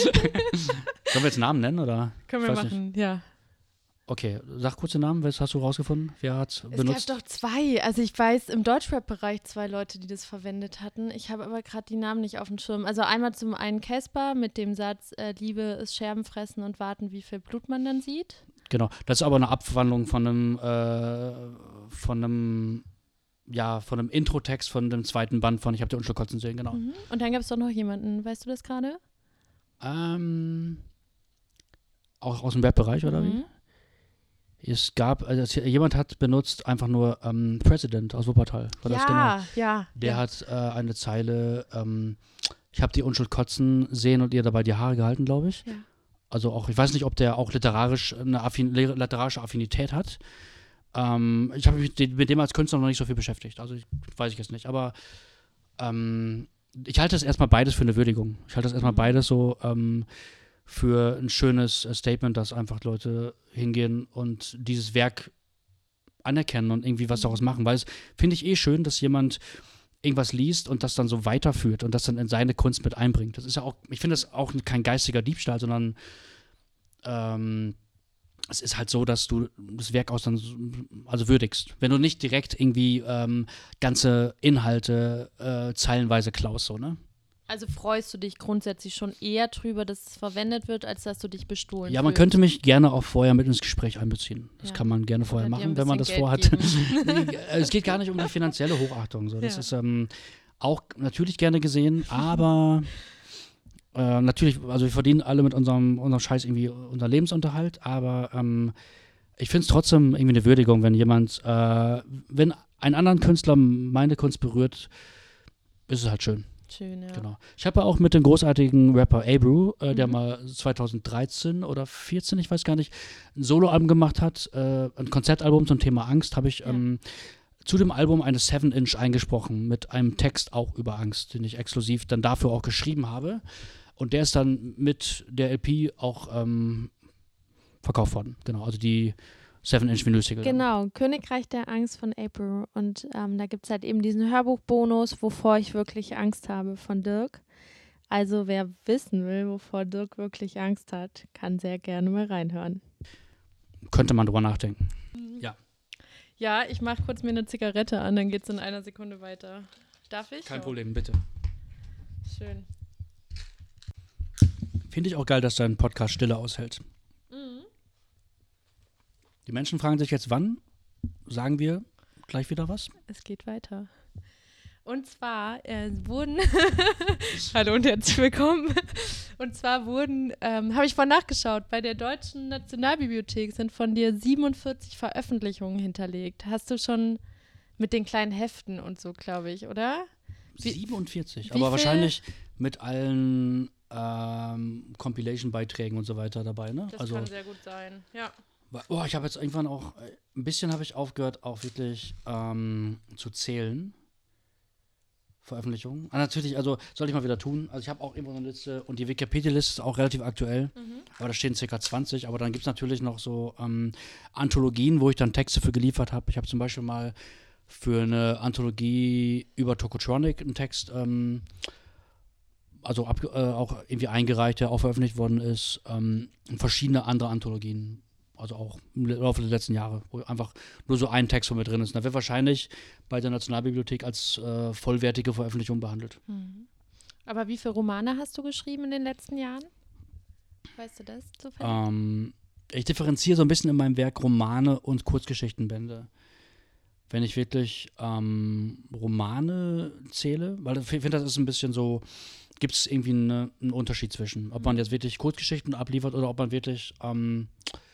wir jetzt Namen nennen, oder? Können wir machen, nicht. Ja. Okay, sag kurz den Namen, was hast du rausgefunden? Wer hat es benutzt? Es gab doch zwei, also ich weiß im Deutschrap-Bereich zwei Leute, die das verwendet hatten. Ich habe aber gerade die Namen nicht auf dem Schirm. Also einmal zum einen Casper mit dem Satz, äh, Liebe ist Scherben fressen und warten, wie viel Blut man dann sieht. Genau, das ist aber eine Abwandlung von einem, äh, von einem, ja, von einem Intro-Text von dem zweiten Band von Ich hab die Unschuld kotzen sehen, genau. Mhm. Und dann gab es doch noch jemanden, weißt du das gerade? Ähm, auch aus dem Rap-Bereich, oder mhm. wie? Es gab, also jemand hat benutzt einfach nur ähm, President aus Wuppertal. War ja, das genau? ja. Der ja. hat äh, eine Zeile, ähm, ich habe die Unschuld kotzen sehen und ihr dabei die Haare gehalten, glaube ich. Ja. Also auch, ich weiß nicht, ob der auch literarisch eine Affin literarische Affinität hat. Ähm, ich habe mich mit dem als Künstler noch nicht so viel beschäftigt. Also ich, weiß ich jetzt nicht. Aber ähm, ich halte das erstmal beides für eine Würdigung. Ich halte das erstmal mhm. beides so ähm, für ein schönes Statement, dass einfach Leute hingehen und dieses Werk anerkennen und irgendwie was daraus machen. Weil es finde ich eh schön, dass jemand irgendwas liest und das dann so weiterführt und das dann in seine Kunst mit einbringt. Das ist ja auch, ich finde das auch kein geistiger Diebstahl, sondern ähm, es ist halt so, dass du das Werk aus dann also würdigst. Wenn du nicht direkt irgendwie ähm, ganze Inhalte äh, zeilenweise klaust, so, ne? Also freust du dich grundsätzlich schon eher drüber, dass es verwendet wird, als dass du dich bestohlen Ja, man fühlst. Könnte mich gerne auch vorher mit ins Gespräch einbeziehen. Das ja. kann man gerne vorher machen, wenn man das Geld vorhat. Es geht gar nicht um die finanzielle Hochachtung. So. Das ja. ist ähm, auch natürlich gerne gesehen, aber äh, natürlich, also wir verdienen alle mit unserem, unserem Scheiß irgendwie unseren Lebensunterhalt, aber ähm, ich finde es trotzdem irgendwie eine Würdigung, wenn jemand, äh, wenn ein anderen Künstler meine Kunst berührt, ist es halt schön. Schön, ja. Genau. Ich habe ja auch mit dem großartigen Rapper Abrew, äh, mhm. der mal zweitausenddreizehn oder vierzehn, ich weiß gar nicht, ein Soloalbum gemacht hat, äh, ein Konzertalbum zum Thema Angst, habe ich ja. ähm, zu dem Album eine seven inch eingesprochen mit einem Text auch über Angst, den ich exklusiv dann dafür auch geschrieben habe. Und der ist dann mit der L P auch ähm, verkauft worden. Genau, also die seven inch Vinyl-Single. Genau, Königreich der Angst von April. Und ähm, da gibt es halt eben diesen Hörbuchbonus, wovor ich wirklich Angst habe von Dirk. Also wer wissen will, wovor Dirk wirklich Angst hat, kann sehr gerne mal reinhören. Könnte man drüber nachdenken. Mhm. Ja. Ja, ich mache kurz mir eine Zigarette an, dann geht es in einer Sekunde weiter. Darf ich? Kein Ja. Problem, bitte. Schön. Finde ich auch geil, dass dein Podcast Stille aushält. Mhm. Die Menschen fragen sich jetzt, wann sagen wir gleich wieder was? Es geht weiter. Und zwar äh, wurden, hallo und herzlich willkommen, und zwar wurden, ähm, habe ich vorhin nachgeschaut, bei der Deutschen Nationalbibliothek sind von dir siebenundvierzig Veröffentlichungen hinterlegt. Hast du schon mit den kleinen Heften und so, glaube ich, oder? Wie, siebenundvierzig, wie aber viel? wahrscheinlich mit allen ähm, Compilation-Beiträgen und so weiter dabei, ne? Das also, kann sehr gut sein, ja. Oh, ich habe jetzt irgendwann auch, ein bisschen habe ich aufgehört, auch wirklich ähm, zu zählen. Veröffentlichungen. Ah, natürlich, also soll ich mal wieder tun. Also ich habe auch irgendwo eine Liste und die Wikipedia-Liste ist auch relativ aktuell. Mhm. Aber da stehen ca. zwanzig. Aber dann gibt es natürlich noch so ähm, Anthologien, wo ich dann Texte für geliefert habe. Ich habe zum Beispiel mal für eine Anthologie über Tokotronic einen Text ähm, also ab, äh, auch irgendwie eingereicht, der auch veröffentlicht worden ist. Ähm, verschiedene andere Anthologien. Also auch im Laufe der letzten Jahre, wo einfach nur so ein Text von mir drin ist. Da wird wahrscheinlich bei der Nationalbibliothek als äh, vollwertige Veröffentlichung behandelt. Mhm. Aber wie viele Romane hast du geschrieben in den letzten Jahren? Weißt du das zufällig? Ähm, ich differenziere so ein bisschen in meinem Werk Romane und Kurzgeschichtenbände. Wenn ich wirklich ähm, Romane zähle, weil ich finde, das ist ein bisschen so, gibt es irgendwie eine, einen Unterschied zwischen, ob man jetzt wirklich Kurzgeschichten abliefert oder ob man wirklich ähm,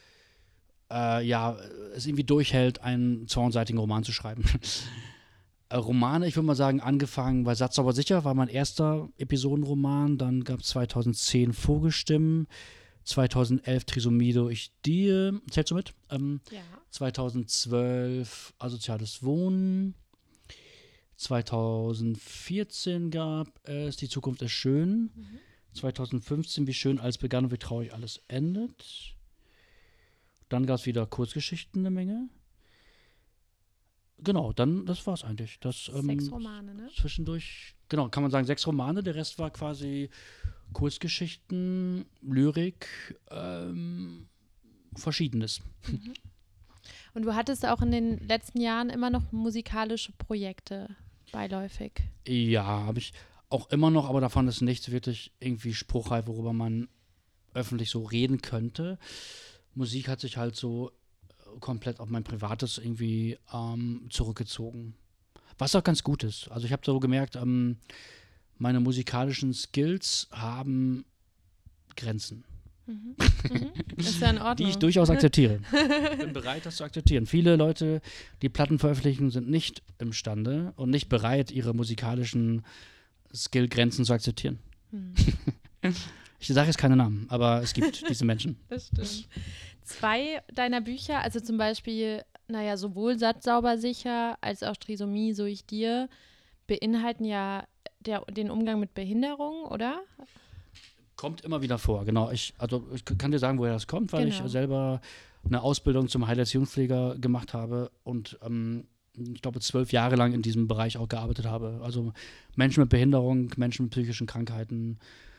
Äh, ja, es irgendwie durchhält, einen zweihundertseitigen Roman zu schreiben. äh, Romane, ich würde mal sagen, angefangen bei Satz aber sicher, war mein erster Episodenroman. Dann gab es zweitausendzehn Vogelstimmen, zweitausendelf Trisomido ich dir, zählst du mit? Ähm, ja. zweitausendzwölf Asoziales Wohnen. zweitausendvierzehn gab es Die Zukunft ist schön. Mhm. zweitausendfünfzehn Wie schön alles begann und wie traurig alles endet. Dann gab es wieder Kurzgeschichten eine Menge. Genau, dann, das war's eigentlich. Das, ähm, sechs Romane, ne? Zwischendurch, genau, kann man sagen, sechs Romane. Der Rest war quasi Kurzgeschichten, Lyrik, ähm, Verschiedenes. Mhm. Und du hattest auch in den letzten Jahren immer noch musikalische Projekte beiläufig. Ja, habe ich auch immer noch, aber davon ist nichts wirklich irgendwie spruchreif, worüber man öffentlich so reden könnte. Musik hat sich halt so komplett auf mein Privates irgendwie ähm, zurückgezogen. Was auch ganz gut ist. Also ich habe so gemerkt, ähm, meine musikalischen Skills haben Grenzen. Mhm. Mhm. Ist ja in Ordnung. Die ich durchaus akzeptiere. Ich bin bereit, das zu akzeptieren. Viele Leute, die Platten veröffentlichen, sind nicht imstande und nicht bereit, ihre musikalischen Skillgrenzen zu akzeptieren. Mhm. Ich sage jetzt keine Namen, aber es gibt diese Menschen. Das stimmt. Zwei deiner Bücher, also zum Beispiel, naja, sowohl Satz sauber sicher als auch Trisomie, so ich dir, beinhalten ja der, den Umgang mit Behinderung, oder? Kommt immer wieder vor, genau. Ich, also ich kann dir sagen, woher das kommt, weil genau. ich selber eine Ausbildung zum Heilerziehungspfleger gemacht habe und ähm, ich glaube, zwölf Jahre lang in diesem Bereich auch gearbeitet habe. Also Menschen mit Behinderung, Menschen mit psychischen Krankheiten,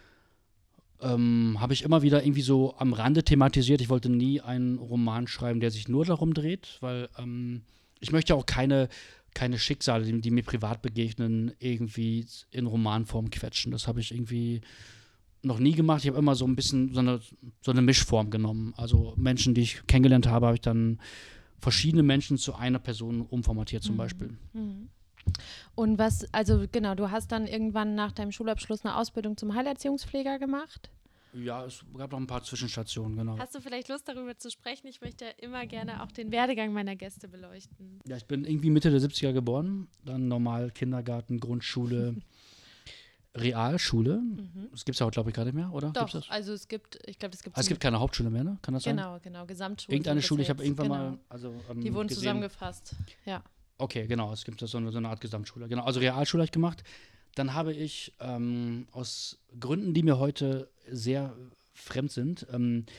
Ähm, habe ich immer wieder irgendwie so am Rande thematisiert. Ich wollte nie einen Roman schreiben, der sich nur darum dreht, weil ähm, ich möchte auch keine, keine Schicksale, die, die mir privat begegnen, irgendwie in Romanform quetschen. Das habe ich irgendwie noch nie gemacht. Ich habe immer so ein bisschen so eine, so eine Mischform genommen. Also Menschen, die ich kennengelernt habe, habe ich dann verschiedene Menschen zu einer Person umformatiert zum mhm. Beispiel. Mhm. Und was, also genau, du hast dann irgendwann nach deinem Schulabschluss eine Ausbildung zum Heilerziehungspfleger gemacht? Ja, es gab noch ein paar Zwischenstationen, genau. Hast du vielleicht Lust, darüber zu sprechen? Ich möchte ja immer gerne auch den Werdegang meiner Gäste beleuchten. Ja, ich bin irgendwie Mitte der siebziger geboren, dann normal Kindergarten, Grundschule, Realschule. Mhm. Das gibt es ja auch, glaube ich, gerade nicht mehr, oder? Doch, Gibt's das? also es gibt, ich glaube, es gibt... Also es gibt keine Hauptschule mehr, ne? Kann das sein? Genau, genau, Gesamtschule. Irgendeine Schule, ich habe irgendwann genau. mal... Also, ähm, Die wurden gesehen. zusammengefasst, ja. Okay, genau, es gibt so eine, so eine Art Gesamtschule. Genau, also Realschule habe ich gemacht. Dann habe ich ähm, aus Gründen, die mir heute sehr fremd sind, ähm,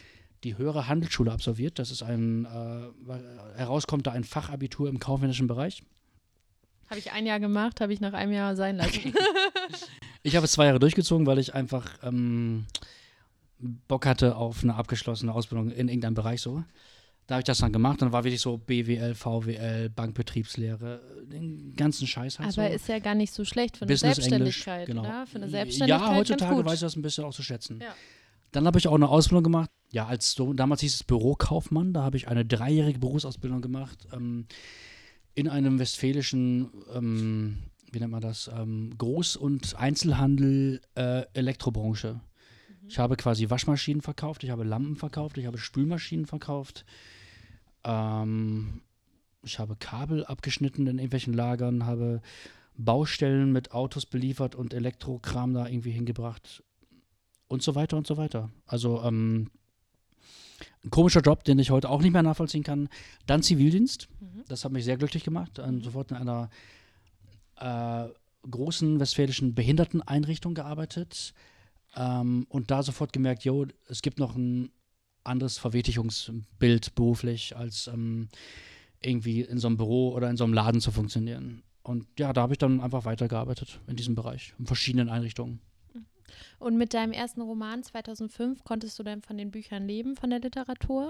die höhere Handelsschule absolviert. Das ist ein, äh, herauskommt da ein Fachabitur im kaufmännischen Bereich. Habe ich ein Jahr gemacht, habe ich nach einem Jahr sein lassen. Ich habe es zwei Jahre durchgezogen, weil ich einfach ähm, Bock hatte auf eine abgeschlossene Ausbildung in irgendeinem Bereich so. Da habe ich das dann gemacht. Dann war wirklich so B W L, V W L, Bankbetriebslehre, den ganzen Scheiß halt. Aber so. ist ja gar nicht so schlecht für eine Business Selbstständigkeit, Englisch, genau. oder? Für eine Selbstständigkeit Ja, heutzutage ganz gut. weiß ich das ein bisschen auch zu schätzen. Ja. Dann habe ich auch eine Ausbildung gemacht. Ja, als so, damals hieß es Bürokaufmann. Da habe ich eine dreijährige Berufsausbildung gemacht ähm, in einem westfälischen, ähm, wie nennt man das, ähm, Groß- und Einzelhandel äh, Elektrobranche. Mhm. Ich habe quasi Waschmaschinen verkauft, ich habe Lampen verkauft, ich habe Spülmaschinen verkauft. Ähm, ich habe Kabel abgeschnitten in irgendwelchen Lagern, habe Baustellen mit Autos beliefert und Elektrokram da irgendwie hingebracht. Und so weiter und so weiter. Also ähm, ein komischer Job, den ich heute auch nicht mehr nachvollziehen kann. Dann Zivildienst. Mhm. Das hat mich sehr glücklich gemacht. Mhm. Sofort in einer äh, großen westfälischen Behinderteneinrichtung gearbeitet. Ähm, und da sofort gemerkt, jo, es gibt noch ein anderes Verwirklichungsbild beruflich, als ähm, irgendwie in so einem Büro oder in so einem Laden zu funktionieren. Und ja, da habe ich dann einfach weitergearbeitet in diesem Bereich, in verschiedenen Einrichtungen. Und mit deinem ersten Roman zweitausendfünf konntest du dann von den Büchern leben, von der Literatur?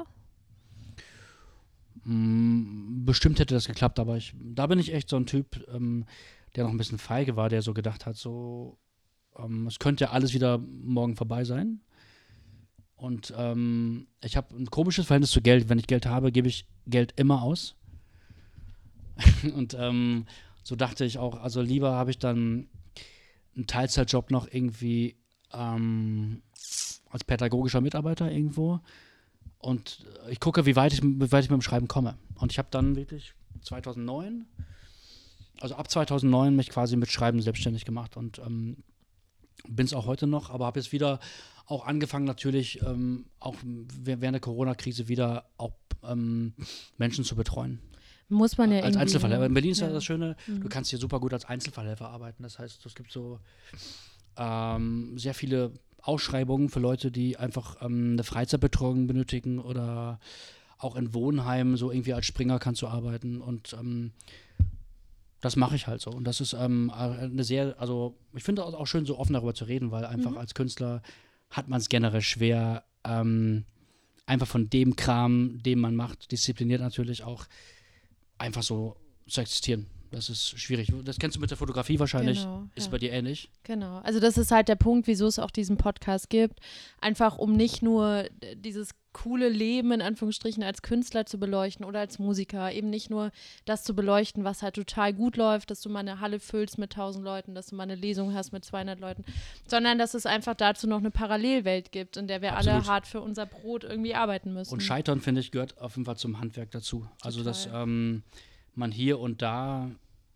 Bestimmt hätte das geklappt, aber ich, da bin ich echt so ein Typ, ähm, der noch ein bisschen feige war, der so gedacht hat, so, ähm, es könnte ja alles wieder morgen vorbei sein. Und ähm, ich habe ein komisches Verhältnis zu Geld. Wenn ich Geld habe, gebe ich Geld immer aus. Und ähm, so dachte ich auch, also lieber habe ich dann einen Teilzeitjob noch irgendwie ähm, als pädagogischer Mitarbeiter irgendwo und ich gucke, wie weit ich, wie weit ich mit dem Schreiben komme. Und ich habe dann wirklich zweitausendneun, also ab zweitausendneun mich quasi mit Schreiben selbstständig gemacht und ähm, bin es auch heute noch, aber habe jetzt wieder auch angefangen natürlich, ähm, auch während der Corona-Krise wieder auch ähm, Menschen zu betreuen. Muss man ja als Einzelfallhelfer. In Berlin ist ja, ja das Schöne, mhm. du kannst hier super gut als Einzelfallhelfer arbeiten. Das heißt, es gibt so ähm, sehr viele Ausschreibungen für Leute, die einfach ähm, eine Freizeitbetreuung benötigen oder auch in Wohnheimen so irgendwie als Springer kannst du arbeiten und ähm, das mache ich halt so. Und das ist ähm, eine sehr, also ich finde es auch schön, so offen darüber zu reden, weil einfach mhm. als Künstler hat man es generell schwer, ähm, einfach von dem Kram, den man macht, diszipliniert natürlich auch, einfach so zu existieren. Das ist schwierig. Das kennst du mit der Fotografie wahrscheinlich. Genau, ist ja. bei dir ähnlich. Genau. Also das ist halt der Punkt, wieso es auch diesen Podcast gibt. Einfach um nicht nur dieses coole Leben in Anführungsstrichen als Künstler zu beleuchten oder als Musiker. Eben nicht nur das zu beleuchten, was halt total gut läuft, dass du mal eine Halle füllst mit tausend Leuten, dass du mal eine Lesung hast mit zweihundert Leuten, sondern dass es einfach dazu noch eine Parallelwelt gibt, in der wir Absolut. alle hart für unser Brot irgendwie arbeiten müssen. Und Scheitern, finde ich, gehört auf jeden Fall zum Handwerk dazu. Also, total. dass ähm, man hier und da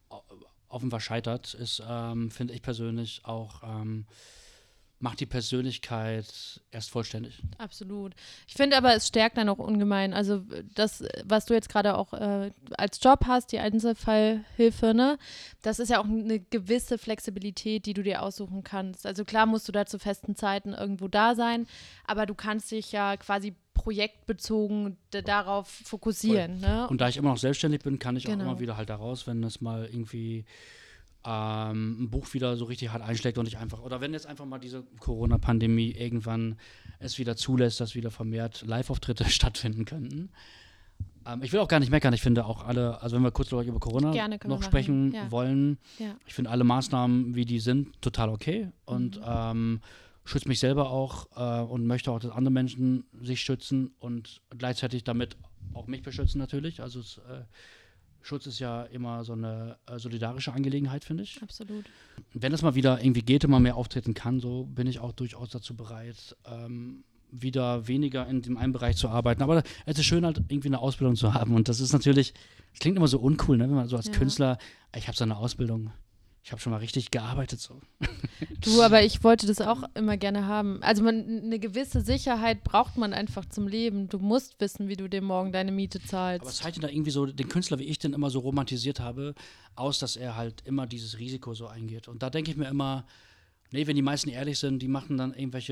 auf jeden Fall scheitert, ist, ähm, finde ich persönlich auch, ähm, macht die Persönlichkeit erst vollständig. Absolut. Ich finde aber, es stärkt dann auch ungemein. Also das, was du jetzt gerade auch äh, als Job hast, die Einzelfallhilfe, ne, das ist ja auch eine gewisse Flexibilität, die du dir aussuchen kannst. Also klar musst du da zu festen Zeiten irgendwo da sein, aber du kannst dich ja quasi projektbezogen d- darauf fokussieren. Ne? Und da ich immer noch selbstständig bin, kann ich genau. auch immer wieder halt da raus, wenn es mal irgendwie ähm, ein Buch wieder so richtig hart einschlägt und ich einfach, oder wenn jetzt einfach mal diese Corona-Pandemie irgendwann es wieder zulässt, dass wieder vermehrt Live-Auftritte stattfinden könnten. Ähm, ich will auch gar nicht meckern, ich finde auch alle, also wenn wir kurz über Corona noch sprechen ja. wollen, ja. ich finde alle Maßnahmen, wie die sind, total okay und mhm. ähm, schütze mich selber auch äh, und möchte auch, dass andere Menschen sich schützen und gleichzeitig damit auch mich beschützen natürlich. Also es, äh, Schutz ist ja immer so eine äh, solidarische Angelegenheit, finde ich. Absolut. Wenn es mal wieder irgendwie geht und man mehr auftreten kann, so bin ich auch durchaus dazu bereit, ähm, wieder weniger in dem einen Bereich zu arbeiten. Aber es ist schön, halt irgendwie eine Ausbildung zu haben und das ist natürlich, das klingt immer so uncool, ne? Wenn man so als ja. Künstler, ich habe so eine Ausbildung. Ich habe schon mal richtig gearbeitet so. Du, aber ich wollte das auch immer gerne haben. Also man, eine gewisse Sicherheit braucht man einfach zum Leben. Du musst wissen, wie du dir morgen deine Miete zahlst. Aber es zeichnet da irgendwie so den Künstler, wie ich den immer so romantisiert habe, aus, dass er halt immer dieses Risiko so eingeht. Und da denke ich mir immer, nee, wenn die meisten ehrlich sind, die machen dann irgendwelche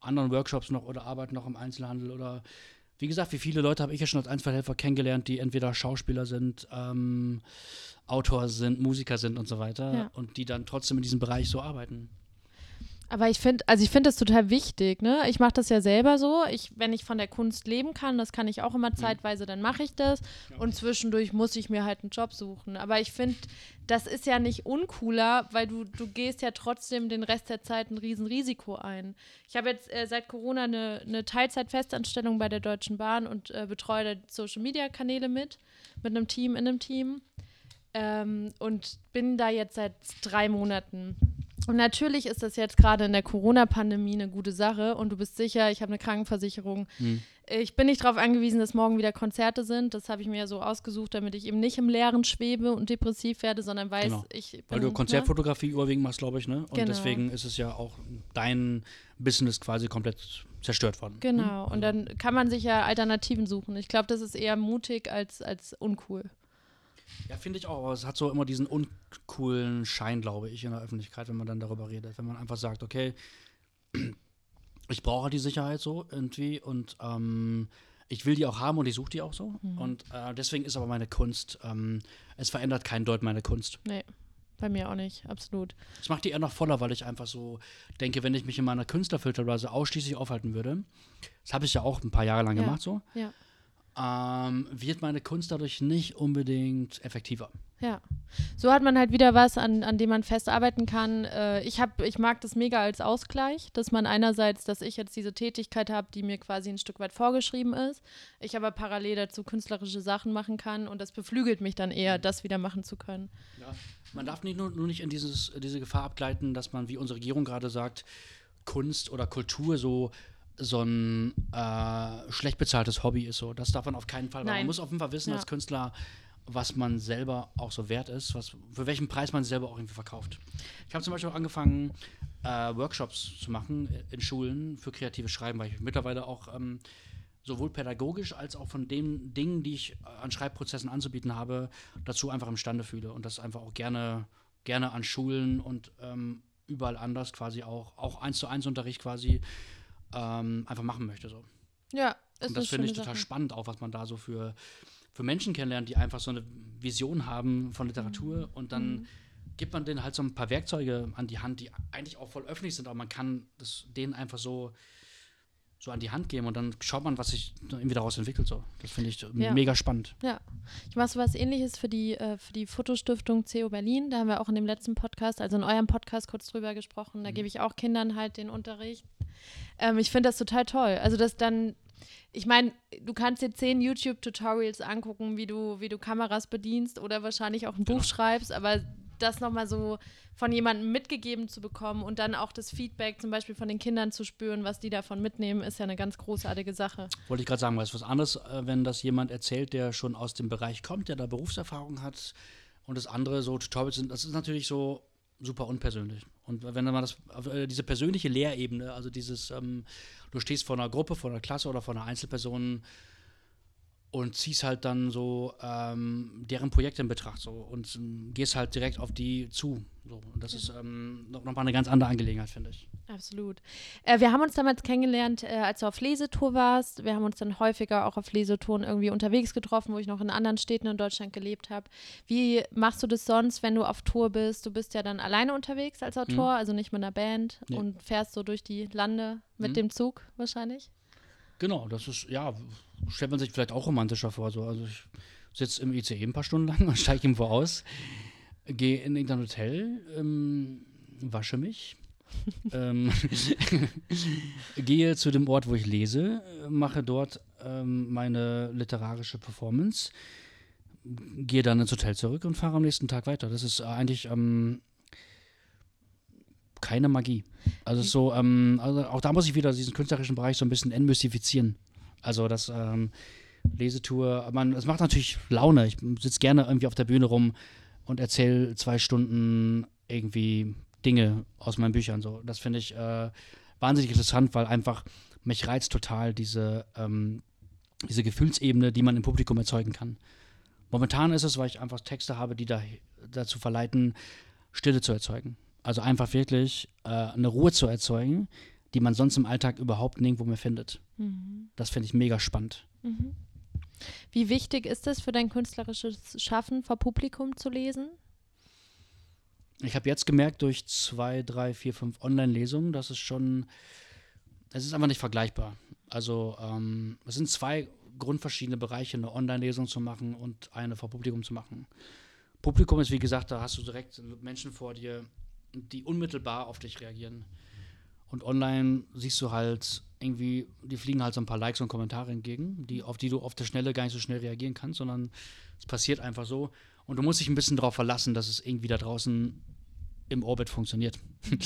anderen Workshops noch oder arbeiten noch im Einzelhandel oder wie gesagt, wie viele Leute habe ich ja schon als Einzelhelfer kennengelernt, die entweder Schauspieler sind, ähm, Autor sind, Musiker sind und so weiter Ja. und die dann trotzdem in diesem Bereich so arbeiten. Aber ich finde, also ich finde das total wichtig, ne? Ich mache das ja selber so. Ich, wenn ich von der Kunst leben kann, das kann ich auch immer zeitweise, dann mache ich das. Und zwischendurch muss ich mir halt einen Job suchen. Aber ich finde, das ist ja nicht uncooler, weil du, du gehst ja trotzdem den Rest der Zeit ein Riesenrisiko ein. Ich habe jetzt äh, seit Corona eine, eine Teilzeit-Festanstellung bei der Deutschen Bahn und äh, betreue da Social-Media-Kanäle mit, mit einem Team in einem Team. Ähm, und bin da jetzt seit drei Monaten. Und natürlich ist das jetzt gerade in der Corona-Pandemie eine gute Sache und du bist sicher, ich habe eine Krankenversicherung. Hm. Ich bin nicht darauf angewiesen, dass morgen wieder Konzerte sind. Das habe ich mir ja so ausgesucht, damit ich eben nicht im Leeren schwebe und depressiv werde, sondern weiß, Genau. ich bin, Weil du Konzertfotografie ne? überwiegend machst, glaube ich, ne? Und genau. deswegen ist es ja auch dein Business quasi komplett zerstört worden. Genau, Hm? und dann kann man sich ja Alternativen suchen. Ich glaube, das ist eher mutig als, als uncool. Ja, finde ich auch, aber es hat so immer diesen uncoolen Schein, glaube ich, in der Öffentlichkeit, wenn man dann darüber redet. Wenn man einfach sagt, okay, ich brauche die Sicherheit so irgendwie und ähm, ich will die auch haben und ich suche die auch so. Mhm. Und äh, deswegen ist aber meine Kunst, ähm, es verändert keinen Deut meine Kunst. Nee, bei mir auch nicht, absolut. Es macht die eher noch voller, weil ich einfach so denke, wenn ich mich in meiner Künstlerfilterblase ausschließlich aufhalten würde, das habe ich ja auch ein paar Jahre lang ja. gemacht so, ja. ähm, wird meine Kunst dadurch nicht unbedingt effektiver. Ja, so hat man halt wieder was, an, an dem man fest arbeiten kann. Äh, ich, hab, ich mag das mega als Ausgleich, dass man einerseits, dass ich jetzt diese Tätigkeit habe, die mir quasi ein Stück weit vorgeschrieben ist, ich aber parallel dazu künstlerische Sachen machen kann und das beflügelt mich dann eher, das wieder machen zu können. Ja, man darf nicht nur, nur nicht in dieses, diese Gefahr abgleiten, dass man, wie unsere Regierung gerade sagt, Kunst oder Kultur so so ein äh, schlecht bezahltes Hobby ist. So. Das darf man auf keinen Fall. Weil man muss auf jeden Fall wissen ja. als Künstler, was man selber auch so wert ist, was, für welchen Preis man selber auch irgendwie verkauft. Ich habe zum Beispiel auch angefangen, äh, Workshops zu machen in Schulen für kreatives Schreiben, weil ich mittlerweile auch ähm, sowohl pädagogisch als auch von den Dingen, die ich an Schreibprozessen anzubieten habe, dazu einfach imstande fühle und das einfach auch gerne, gerne an Schulen und ähm, überall anders quasi auch, auch eins zu eins Unterricht quasi ähm, einfach machen möchte. So. Ja, ist und das finde ich total Sache. spannend, auch was man da so für, für Menschen kennenlernt, die einfach so eine Vision haben von Literatur mhm. und dann mhm. gibt man denen halt so ein paar Werkzeuge an die Hand, die eigentlich auch voll öffentlich sind, aber man kann das denen einfach so so an die Hand geben und dann schaut man, was sich irgendwie daraus entwickelt. So. Das finde ich ja. mega spannend. Ja, ich mache so was Ähnliches für die, äh, für die Fotostiftung C O Berlin. Da haben wir auch in dem letzten Podcast, also in eurem Podcast kurz drüber gesprochen. Da mhm. gebe ich auch Kindern halt den Unterricht. Ähm, ich finde das total toll. Also das dann, ich meine, du kannst dir zehn YouTube-Tutorials angucken, wie du, wie du Kameras bedienst oder wahrscheinlich auch ein Buch genau. schreibst, aber das nochmal so von jemandem mitgegeben zu bekommen und dann auch das Feedback zum Beispiel von den Kindern zu spüren, was die davon mitnehmen, ist ja eine ganz großartige Sache. Wollte ich gerade sagen, weil es ist was anderes, wenn das jemand erzählt, der schon aus dem Bereich kommt, der da Berufserfahrung hat und das andere so Tutorials sind, das ist natürlich so super unpersönlich. Und wenn man das, diese persönliche Lehrebene, also dieses, ähm, du stehst vor einer Gruppe, vor einer Klasse oder vor einer Einzelperson und ziehst halt dann so ähm, deren Projekte in Betracht so und ähm, gehst halt direkt auf die zu. So. Und das ja. ist ähm, nochmal eine ganz andere Angelegenheit, finde ich. Absolut. Äh, wir haben uns damals kennengelernt, äh, als du auf Lesetour warst. Wir haben uns dann häufiger auch auf Lesetouren irgendwie unterwegs getroffen, wo ich noch in anderen Städten in Deutschland gelebt habe. Wie machst du das sonst, wenn du auf Tour bist? Du bist ja dann alleine unterwegs als Autor, mhm. also nicht mit einer Band nee. und fährst so durch die Lande mit mhm. dem Zug wahrscheinlich? Genau, das ist, ja, stellt man sich vielleicht auch romantischer vor. So. Also ich sitze im I C E ein paar Stunden lang und steige irgendwo aus, gehe in irgendein Hotel, ähm, wasche mich, ähm, gehe zu dem Ort, wo ich lese, mache dort ähm, meine literarische Performance, gehe dann ins Hotel zurück und fahre am nächsten Tag weiter. Das ist eigentlich ähm, keine Magie. Also so, ähm, also auch da muss ich wieder diesen künstlerischen Bereich so ein bisschen entmystifizieren. Also das ähm, Lesetour, man, es macht natürlich Laune. Ich sitze gerne irgendwie auf der Bühne rum und erzähle zwei Stunden irgendwie Dinge aus meinen Büchern. So. Das finde ich äh, wahnsinnig interessant, weil einfach mich reizt total diese, ähm, diese Gefühlsebene, die man im Publikum erzeugen kann. Momentan ist es, weil ich einfach Texte habe, die da, dazu verleiten, Stille zu erzeugen. Also einfach wirklich äh, eine Ruhe zu erzeugen, die man sonst im Alltag überhaupt nirgendwo mehr findet. Mhm. Das finde ich mega spannend. Mhm. Wie wichtig ist es für dein künstlerisches Schaffen, vor Publikum zu lesen? Ich habe jetzt gemerkt, durch zwei, drei, vier, fünf Online-Lesungen, dass es schon, es ist einfach nicht vergleichbar. Also ähm, es sind zwei grundverschiedene Bereiche, eine Online-Lesung zu machen und eine vor Publikum zu machen. Publikum ist, wie gesagt, da hast du direkt Menschen vor dir, die unmittelbar auf dich reagieren. Und online siehst du halt irgendwie, die fliegen halt so ein paar Likes und Kommentare entgegen, die, auf die du auf der Schnelle gar nicht so schnell reagieren kannst, sondern es passiert einfach so. Und du musst dich ein bisschen darauf verlassen, dass es irgendwie da draußen im Orbit funktioniert.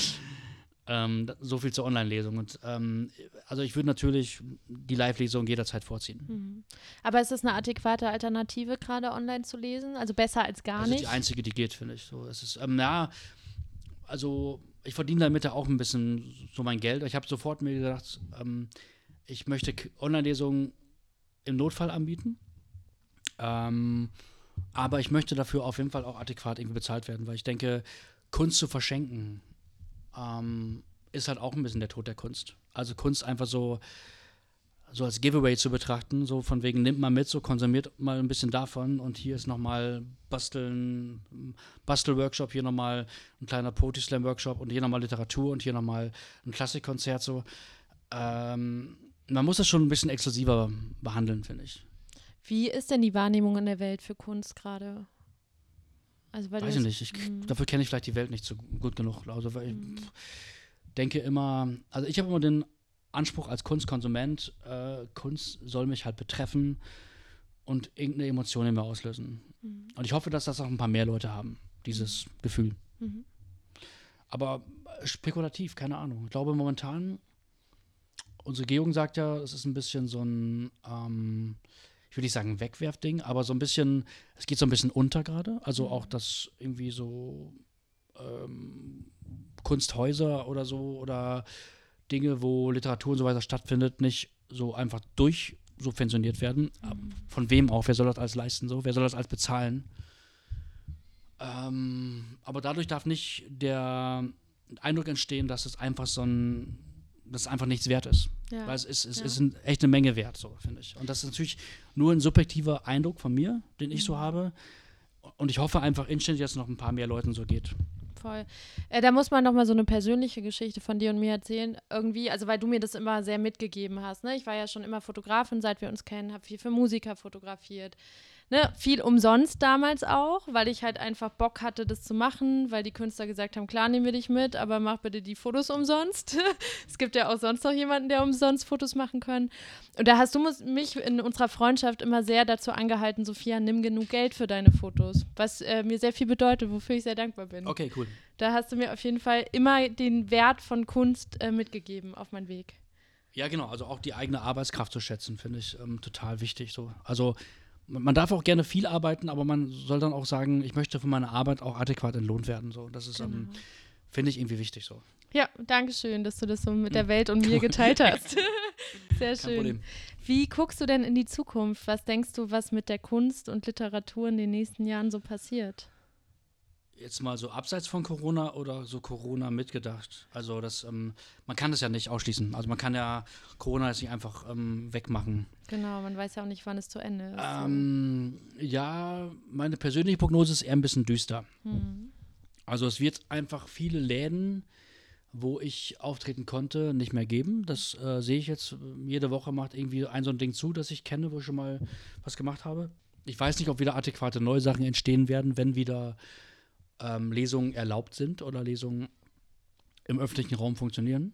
ähm, so viel zur Online-Lesung. Und ähm, also ich würde natürlich die Live-Lesung jederzeit vorziehen. Mhm. Aber ist das eine adäquate Alternative, gerade online zu lesen? Also besser als gar Das nicht? ist die einzige, die geht, finde ich. So, es ist, ähm, ja, also ich verdiene damit ja auch ein bisschen so mein Geld. Ich habe sofort mir gedacht, ähm, ich möchte K- Online-Lesungen im Notfall anbieten. Ähm, aber ich möchte dafür auf jeden Fall auch adäquat irgendwie bezahlt werden, weil ich denke, Kunst zu verschenken ähm, ist halt auch ein bisschen der Tod der Kunst. Also Kunst einfach so, so als Giveaway zu betrachten, so von wegen, nimmt mal mit, so konsumiert mal ein bisschen davon und hier ist nochmal Basteln, Bastel-Workshop, hier nochmal ein kleiner Poetry-Slam-Workshop und hier nochmal Literatur und hier nochmal ein Klassikkonzert, so. Ähm, man muss das schon ein bisschen exklusiver behandeln, finde ich. Wie ist denn die Wahrnehmung in der Welt für Kunst gerade? Also, weil Weiß du ich das- nicht, ich, Mhm. dafür kenne ich vielleicht die Welt nicht so gut genug. Also, weil Mhm. ich denke immer, also ich habe immer den Anspruch als Kunstkonsument, äh, Kunst soll mich halt betreffen und irgendeine Emotion in mir auslösen. Mhm. Und ich hoffe, dass das auch ein paar mehr Leute haben, dieses Gefühl. Mhm. Aber spekulativ, keine Ahnung. Ich glaube momentan, unsere Regierung sagt ja, es ist ein bisschen so ein, ähm, ich würde nicht sagen Wegwerfding, aber so ein bisschen, es geht so ein bisschen unter gerade. Also Mhm. auch, dass irgendwie so ähm, Kunsthäuser oder so oder Dinge, wo Literatur und so weiter stattfindet, nicht so einfach durchsubventioniert werden. Mhm. Von wem auch? Wer soll das alles leisten? So? Wer soll das alles bezahlen? Ähm, aber dadurch darf nicht der Eindruck entstehen, dass es einfach so ein, dass es einfach nichts wert ist. Ja. Weil es ist, es Ja. ist ein, echt eine Menge wert, so finde ich. Und das ist natürlich nur ein subjektiver Eindruck von mir, den ich so Mhm. habe. Und ich hoffe einfach inständig, dass es noch ein paar mehr Leuten so geht. Voll. Äh, da muss man noch mal so eine persönliche Geschichte von dir und mir erzählen. Irgendwie, also weil du mir das immer sehr mitgegeben hast. Ne? Ich war ja schon immer Fotografin, seit wir uns kennen, habe viel für Musiker fotografiert. Ne? Viel umsonst damals auch, weil ich halt einfach Bock hatte, das zu machen, weil die Künstler gesagt haben, klar, nehmen wir dich mit, aber mach bitte die Fotos umsonst. Es gibt ja auch sonst noch jemanden, der umsonst Fotos machen kann. Und da hast du mus- mich in unserer Freundschaft immer sehr dazu angehalten, Sophia, nimm genug Geld für deine Fotos, was äh, mir sehr viel bedeutet, wofür ich sehr dankbar bin. Okay, cool. Da hast du mir auf jeden Fall immer den Wert von Kunst äh, mitgegeben auf meinen Weg. Ja, genau. Also auch die eigene Arbeitskraft zu schätzen, finde ich ähm, total wichtig. So. Also man man darf auch gerne viel arbeiten, aber man soll dann auch sagen, ich möchte für meine Arbeit auch adäquat entlohnt werden. So. Das ist, ähm, finde ich, irgendwie wichtig so. Ja, danke schön, dass du das so mit der Welt und mir geteilt hast. Sehr Kein schön. Problem. Wie guckst du denn in die Zukunft? Was denkst du, was mit der Kunst und Literatur in den nächsten Jahren so passiert? Jetzt mal so abseits von Corona oder so Corona mitgedacht. Also das, ähm, man kann das ja nicht ausschließen. Also man kann ja Corona jetzt nicht einfach ähm, wegmachen. Genau, man weiß ja auch nicht, wann es zu Ende ist. Ähm, ja, meine persönliche Prognose ist eher ein bisschen düster. Hm. Also es wird einfach viele Läden, wo ich auftreten konnte, nicht mehr geben. Das äh, sehe ich jetzt. Jede Woche macht irgendwie ein so ein Ding zu, das ich kenne, wo ich schon mal was gemacht habe. Ich weiß nicht, ob wieder adäquate neue Sachen entstehen werden, wenn wieder ähm, Lesungen erlaubt sind oder Lesungen im öffentlichen Raum funktionieren.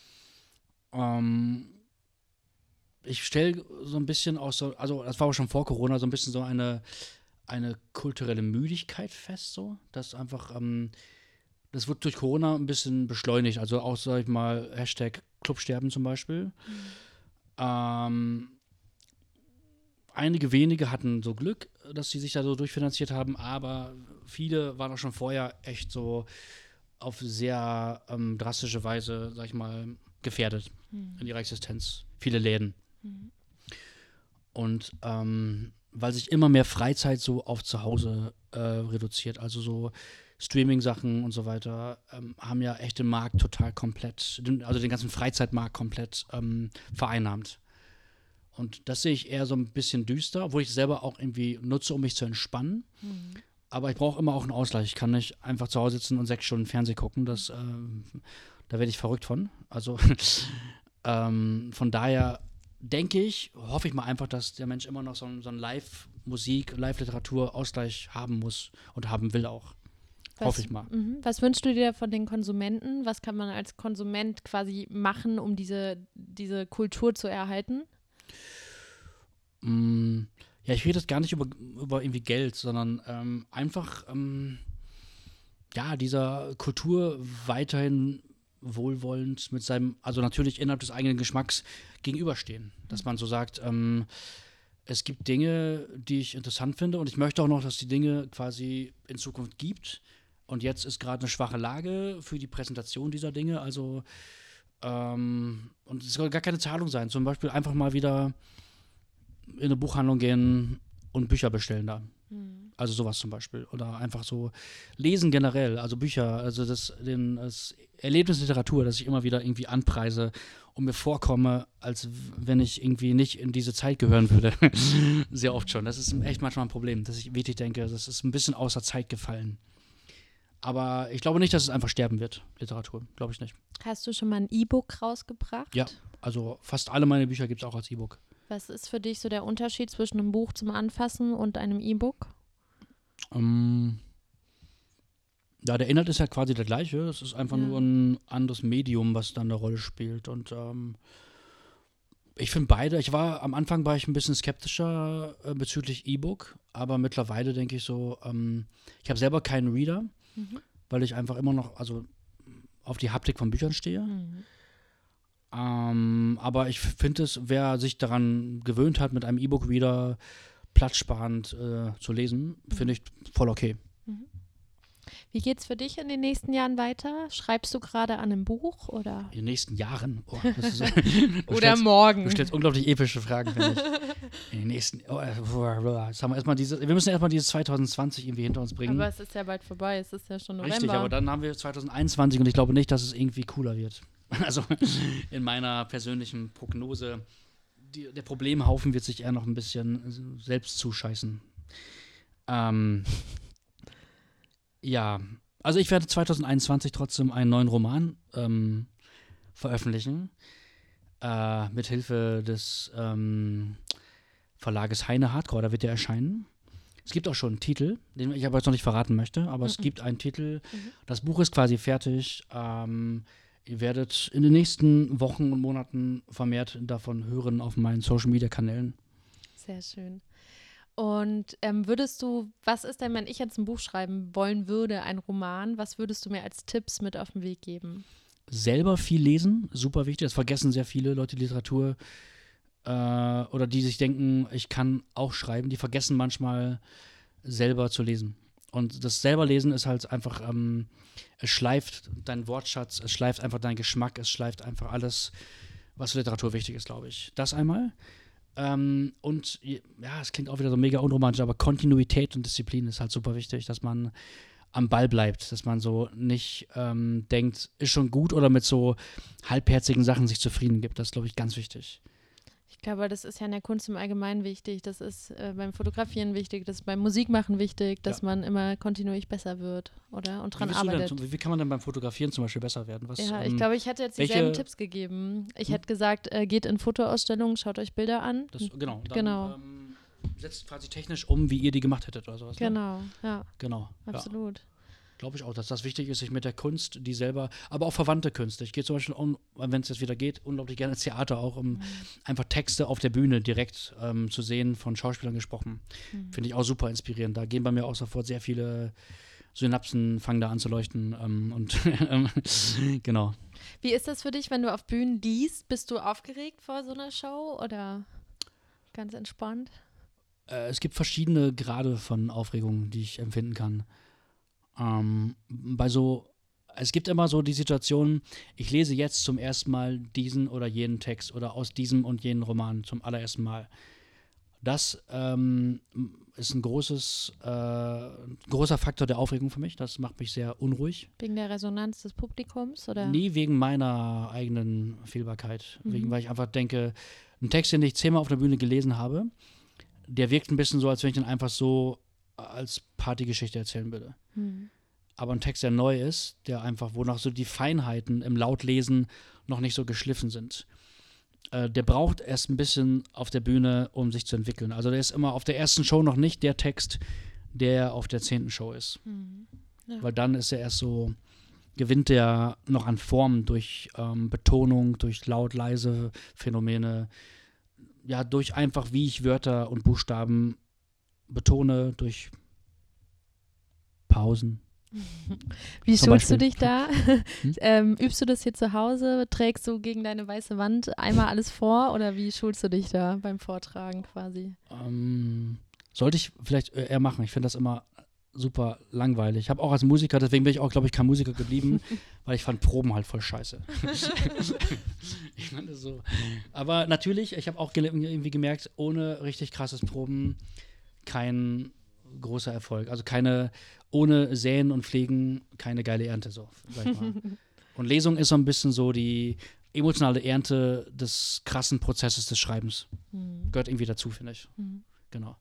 Ähm, ich stelle so ein bisschen auch so, also das war auch schon vor Corona, so ein bisschen so eine, eine kulturelle Müdigkeit fest, so, dass einfach, ähm, das wird durch Corona ein bisschen beschleunigt, also auch, sag ich mal, Hashtag Clubsterben zum Beispiel. Mhm. Ähm, einige wenige hatten so Glück, dass sie sich da so durchfinanziert haben, aber viele waren auch schon vorher echt so auf sehr ähm, drastische Weise, sag ich mal, gefährdet Mhm. in ihrer Existenz. Viele Läden. Mhm. Und ähm, weil sich immer mehr Freizeit so auf zu Hause äh, reduziert, also so Streaming-Sachen und so weiter ähm, haben ja echt den Markt total komplett, den, also den ganzen Freizeitmarkt komplett ähm, vereinnahmt. Und das sehe ich eher so ein bisschen düster, obwohl ich es selber auch irgendwie nutze, um mich zu entspannen. Mhm. Aber ich brauche immer auch einen Ausgleich. Ich kann nicht einfach zu Hause sitzen und sechs Stunden Fernsehen gucken. Das, ähm, da werde ich verrückt von. Also ähm, von daher denke ich, hoffe ich mal einfach, dass der Mensch immer noch so, so einen Live-Musik, Live-Literatur-Ausgleich haben muss und haben will auch. Was, hoffe ich mal. M- Was wünschst du dir von den Konsumenten? Was kann man als Konsument quasi machen, um diese, diese Kultur zu erhalten? Mm, ja, ich rede jetzt gar nicht über, über irgendwie Geld, sondern ähm, einfach ähm, ja, dieser Kultur weiterhin wohlwollend mit seinem, also natürlich innerhalb des eigenen Geschmacks gegenüberstehen. Dass man so sagt, ähm, es gibt Dinge, die ich interessant finde und ich möchte auch noch, dass die Dinge quasi in Zukunft gibt. Und jetzt ist gerade eine schwache Lage für die Präsentation dieser Dinge. Also, ähm, und es soll gar keine Zahlung sein. Zum Beispiel einfach mal wieder in eine Buchhandlung gehen und Bücher bestellen da. Mhm. Also sowas zum Beispiel. Oder einfach so lesen generell, also Bücher, also das, den, das Erlebnis Literatur, das ich immer wieder irgendwie anpreise und mir vorkomme, als wenn ich irgendwie nicht in diese Zeit gehören würde. Sehr oft schon. Das ist echt manchmal ein Problem, dass ich wirklich denke, das ist ein bisschen außer Zeit gefallen. Aber ich glaube nicht, dass es einfach sterben wird, Literatur. Glaube ich nicht. Hast du schon mal ein E-Book rausgebracht? Ja, also fast alle meine Bücher gibt es auch als E-Book. Was ist für dich so der Unterschied zwischen einem Buch zum Anfassen und einem E-Book? Um, ja, der Inhalt ist ja quasi der gleiche. Es ist einfach ja. nur ein anderes Medium, was dann eine Rolle spielt. Und ähm, ich finde beide, ich war, am Anfang war ich ein bisschen skeptischer äh, bezüglich E-Book, aber mittlerweile denke ich so, ähm, ich habe selber keinen Reader, mhm. weil ich einfach immer noch, also auf die Haptik von Büchern stehe. Mhm. Ähm, aber ich finde es, wer sich daran gewöhnt hat, mit einem E-Book-Reader platzsparend äh, zu lesen, mhm. finde ich voll okay. Mhm. Wie geht's für dich in den nächsten Jahren weiter? Schreibst du gerade an einem Buch oder? In den nächsten Jahren? Oh, das ist, oder stellst, morgen. Du stellst unglaublich epische Fragen, finde ich. In den nächsten, oh, jetzt haben wir erstmal diese, wir müssen erstmal dieses zwanzig zwanzig irgendwie hinter uns bringen. Aber es ist ja bald vorbei, es ist ja schon November. Richtig, aber dann haben wir zwanzig einundzwanzig und ich glaube nicht, dass es irgendwie cooler wird. Also in meiner persönlichen Prognose, die, der Problemhaufen wird sich eher noch ein bisschen selbst zuscheißen. Ähm, ja, also ich werde zwanzig einundzwanzig trotzdem einen neuen Roman ähm, veröffentlichen, äh, mit Hilfe des ähm, Verlages Heine Hardcore, da wird der erscheinen. Es gibt auch schon einen Titel, den ich aber jetzt noch nicht verraten möchte, aber mhm. es gibt einen Titel, mhm. das Buch ist quasi fertig, ähm, ihr werdet in den nächsten Wochen und Monaten vermehrt davon hören auf meinen Social-Media-Kanälen. Sehr schön. Und ähm, würdest du, was ist denn, wenn ich jetzt ein Buch schreiben wollen würde, ein Roman, was würdest du mir als Tipps mit auf den Weg geben? Selber viel lesen, super wichtig. Das vergessen sehr viele Leute, die Literatur äh, oder die sich denken, ich kann auch schreiben, die vergessen manchmal selber zu lesen. Und das selber Lesen ist halt einfach, ähm, es schleift deinen Wortschatz, es schleift einfach deinen Geschmack, es schleift einfach alles, was für Literatur wichtig ist, glaube ich. Das einmal. Ähm, und ja, es klingt auch wieder so mega unromantisch, aber Kontinuität und Disziplin ist halt super wichtig, dass man am Ball bleibt, dass man so nicht ähm, denkt, ist schon gut oder mit so halbherzigen Sachen sich zufrieden gibt. Das ist, glaube ich, ganz wichtig. Ich glaube, das ist ja in der Kunst im Allgemeinen wichtig, das ist äh, beim Fotografieren wichtig, das ist beim Musikmachen wichtig, dass ja. man immer kontinuierlich besser wird, oder? Und dran wie arbeitet. Denn, wie kann man denn beim Fotografieren zum Beispiel besser werden? Was, ja, ähm, ich glaube, ich hätte jetzt welche, dieselben Tipps gegeben. Ich hm? hätte gesagt, äh, geht in Fotoausstellungen, schaut euch Bilder an. Das, genau. Dann, genau. Ähm, setzt quasi technisch um, wie ihr die gemacht hättet oder sowas. Genau, ne? ja. Genau. Absolut. Ja. Glaube ich auch, dass das wichtig ist, sich mit der Kunst, die selber, aber auch verwandte Künste. Ich gehe zum Beispiel, um, wenn es jetzt wieder geht, unglaublich gerne ins Theater auch, um mhm. einfach Texte auf der Bühne direkt ähm, zu sehen, von Schauspielern gesprochen. Mhm. Finde ich auch super inspirierend. Da gehen bei mir auch sofort sehr viele Synapsen, fangen da an zu leuchten. Ähm, und genau. Wie ist das für dich, wenn du auf Bühnen liest? Bist du aufgeregt vor so einer Show oder ganz entspannt? Äh, es gibt verschiedene Grade von Aufregung, die ich empfinden kann. Ähm, bei so, es gibt immer so die Situation, ich lese jetzt zum ersten Mal diesen oder jenen Text oder aus diesem und jenen Roman zum allerersten Mal. Das ähm, ist ein großes, äh, großer Faktor der Aufregung für mich. Das macht mich sehr unruhig. Wegen der Resonanz des Publikums, oder? Nie wegen meiner eigenen Fehlbarkeit. Mhm. Wegen, weil ich einfach denke, ein Text, den ich zehnmal auf der Bühne gelesen habe, der wirkt ein bisschen so, als wenn ich den einfach so als Partygeschichte erzählen würde. Mhm. Aber ein Text, der neu ist, der einfach, wo noch so die Feinheiten im Lautlesen noch nicht so geschliffen sind. Äh, der braucht erst ein bisschen auf der Bühne, um sich zu entwickeln. Also der ist immer auf der ersten Show noch nicht der Text, der auf der zehnten Show ist. Mhm. Ja. Weil dann ist er erst so, gewinnt der noch an Form durch ähm, Betonung, durch laut-leise Phänomene, ja, durch einfach, wie ich Wörter und Buchstaben betone, durch Pausen. Wie Zum schulst Beispiel. du dich da? Hm? ähm, übst du das hier zu Hause? Trägst du gegen deine weiße Wand einmal alles vor? Oder wie schulst du dich da beim Vortragen quasi? Ähm, sollte ich vielleicht äh, eher machen. Ich finde das immer super langweilig. Ich habe auch als Musiker, deswegen bin ich auch, glaube ich, kein Musiker geblieben, weil ich fand Proben halt voll scheiße. Ich fand das so. Aber natürlich, ich habe auch gele- irgendwie gemerkt, ohne richtig krasses Proben kein großer Erfolg. Also keine, ohne Säen und Pflegen keine geile Ernte, so, sag ich mal. Und Lesung ist so ein bisschen so die emotionale Ernte des krassen Prozesses des Schreibens. Mhm. Gehört irgendwie dazu, finde ich. Mhm. Genau.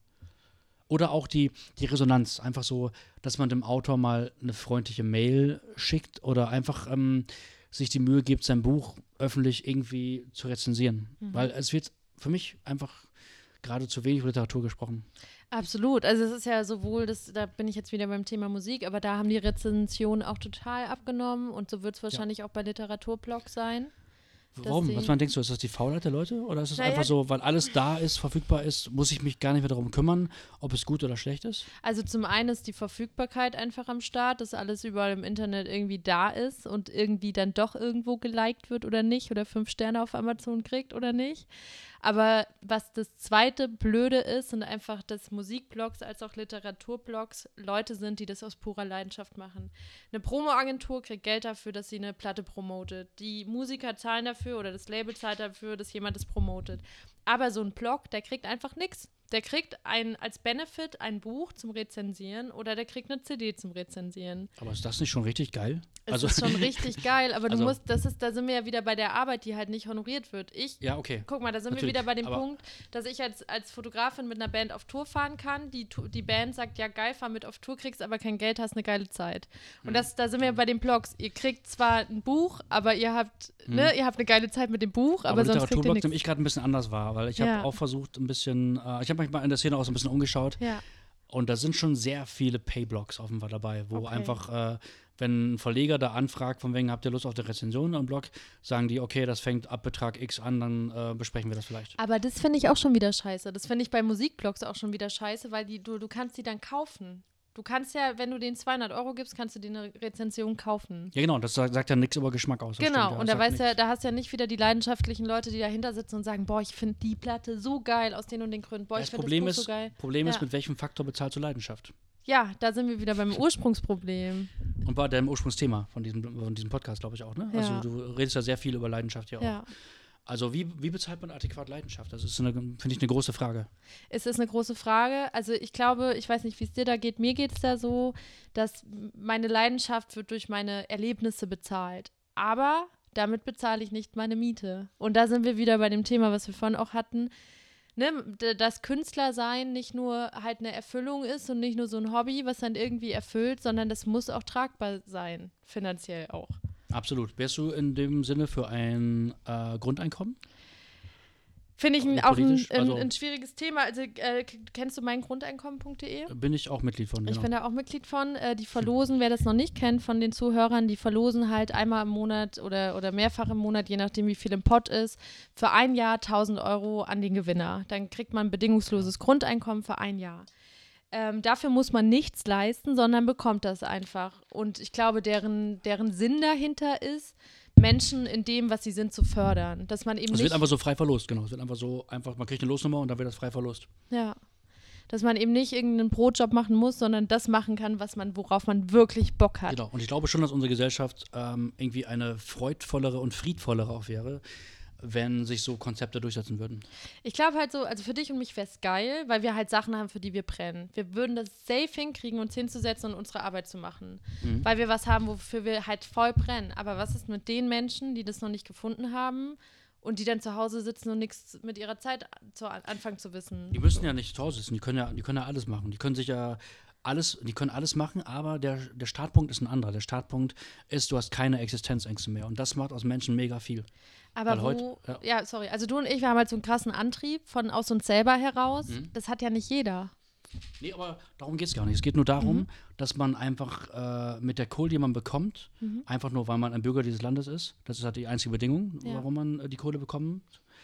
Oder auch die, die Resonanz. Einfach so, dass man dem Autor mal eine freundliche Mail schickt oder einfach ähm, sich die Mühe gibt, sein Buch öffentlich irgendwie zu rezensieren. Mhm. Weil es wird für mich einfach gerade zu wenig über Literatur gesprochen. Absolut. Also es ist ja sowohl, das, da bin ich jetzt wieder beim Thema Musik, aber da haben die Rezensionen auch total abgenommen und so wird es wahrscheinlich auch bei Literaturblogs sein. Warum? die- Was man denkst du, ist das die Faulheit der Leute? Oder ist es Naja, einfach so, weil alles da ist, verfügbar ist, muss ich mich gar nicht mehr darum kümmern, ob es gut oder schlecht ist? Also zum einen ist die Verfügbarkeit einfach am Start, dass alles überall im Internet irgendwie da ist und irgendwie dann doch irgendwo geliked wird oder nicht oder fünf Sterne auf Amazon kriegt oder nicht. Aber was das zweite Blöde ist, sind einfach, dass Musikblogs als auch Literaturblogs Leute sind, die das aus purer Leidenschaft machen. Eine Promoagentur kriegt Geld dafür, dass sie eine Platte promotet. Die Musiker zahlen dafür oder das Label zahlt dafür, dass jemand das promotet. Aber so ein Blog, der kriegt einfach nichts. Der kriegt ein, als Benefit ein Buch zum Rezensieren oder der kriegt eine C D zum Rezensieren. Aber ist das nicht schon richtig geil? Es ist schon richtig geil, aber du also- musst, das ist, da sind wir ja wieder bei der Arbeit, die halt nicht honoriert wird. Ich Ja, okay. Guck mal, da sind Natürlich, wir wieder bei dem aber- Punkt, dass ich als, als Fotografin mit einer Band auf Tour fahren kann. Die, Tu- die Band sagt, ja geil, fahr mit auf Tour, kriegst aber kein Geld, hast eine geile Zeit. Und das, da sind wir bei den Blogs. Ihr kriegt zwar ein Buch, aber ihr habt, ne, ihr habt eine geile Zeit mit dem Buch, aber, Aber sonst kriegt ihr Literaturblog nichts. nehme ich gerade ein bisschen anders wahr, weil ich habe Ja. auch versucht, ein bisschen, äh, ich habe mich mal in der Szene auch so ein bisschen umgeschaut Ja, und da sind schon sehr viele Payblogs offenbar dabei, wo Okay. einfach, äh, wenn ein Verleger da anfragt, von wegen, habt ihr Lust auf die Rezension am Blog, sagen die, okay, das fängt ab Betrag X an, dann äh, besprechen wir das vielleicht. aber das finde ich auch schon wieder scheiße. Das finde ich bei Musikblogs auch schon wieder scheiße, weil die, du, du kannst die dann kaufen. Du kannst ja, wenn du denen zweihundert Euro gibst, kannst du dir eine Rezension kaufen. Ja, genau, das sagt, sagt ja nichts über Geschmack aus. das Genau, stimmt, ja, und das da sagt weißt ja, nichts. da hast du ja nicht wieder die leidenschaftlichen Leute, die dahinter sitzen und sagen, boah, ich finde die Platte so geil aus den und den Gründen. Boah, Ja, ich das finde Problem das Buch ist, so geil. Problem ist, Ja. mit welchem Faktor bezahlst du Leidenschaft? Ja, da sind wir wieder beim Ursprungsproblem. Und bei deinem Ursprungsthema von diesem, von diesem Podcast, glaube ich auch, ne? Also Ja. du redest ja sehr viel über Leidenschaft hier auch. Ja. Also wie, wie bezahlt man adäquat Leidenschaft? Das ist, eine, finde ich, eine große Frage. Es ist eine große Frage. Also ich glaube, ich weiß nicht, wie es dir da geht. Mir geht es da so, dass meine Leidenschaft wird durch meine Erlebnisse bezahlt. Aber damit bezahle ich nicht meine Miete. Und da sind wir wieder bei dem Thema, was wir vorhin auch hatten. Ne, d- dass Künstlersein nicht nur halt eine Erfüllung ist und nicht nur so ein Hobby, was dann irgendwie erfüllt, sondern das muss auch tragbar sein, finanziell auch. Absolut. Wärst du in dem Sinne für ein äh, Grundeinkommen? Finde ich ein, Also auch ein, politisch, ein, also- ein schwieriges Thema. Also äh, k- kennst du mein Grundeinkommen punkt de? Bin ich auch Mitglied von, genau. Ich bin da auch Mitglied von. Äh, die verlosen, wer das noch nicht kennt von den Zuhörern, die verlosen halt einmal im Monat oder, oder mehrfach im Monat, je nachdem wie viel im Pott ist, für ein Jahr tausend Euro an den Gewinner. Dann kriegt man ein bedingungsloses Grundeinkommen für ein Jahr. Ähm, dafür muss man nichts leisten, sondern bekommt das einfach. Und ich glaube, deren, deren Sinn dahinter ist, Menschen in dem, was sie sind, zu fördern. Dass man eben Es nicht wird einfach so frei verlost, genau. Es wird einfach so, einfach, man kriegt eine Losnummer und dann wird das frei verlost. Ja. Dass man eben nicht irgendeinen Brotjob machen muss, sondern das machen kann, was man, worauf man wirklich Bock hat. Genau. Und ich glaube schon, dass unsere Gesellschaft ähm, irgendwie eine freudvollere und friedvollere auch wäre, wenn sich so Konzepte durchsetzen würden. Ich glaube halt so, also für dich und mich wäre es geil, weil wir halt Sachen haben, für die wir brennen. Wir würden das safe hinkriegen, uns hinzusetzen und unsere Arbeit zu machen. Mhm. Weil wir was haben, wofür wir halt voll brennen. Aber was ist mit den Menschen, die das noch nicht gefunden haben und die dann zu Hause sitzen und nichts mit ihrer Zeit zu anfangen zu wissen? Die müssen ja nicht zu Hause sitzen, die können ja, die können ja alles machen. Die können sich ja alles, die können alles machen, aber der, der Startpunkt ist ein anderer. Der Startpunkt ist, du hast keine Existenzängste mehr. Und das macht aus Menschen mega viel. Aber Weil wo, heute, ja. ja, sorry, also du und ich, wir haben halt so einen krassen Antrieb von aus uns selber heraus. Mhm. Das hat ja nicht jeder. Nee, aber darum geht es gar nicht. Es geht nur darum, Mhm. dass man einfach äh, mit der Kohle, die man bekommt, Mhm. einfach nur, weil man ein Bürger dieses Landes ist, das ist halt die einzige Bedingung, Ja. warum man äh, die Kohle bekommt,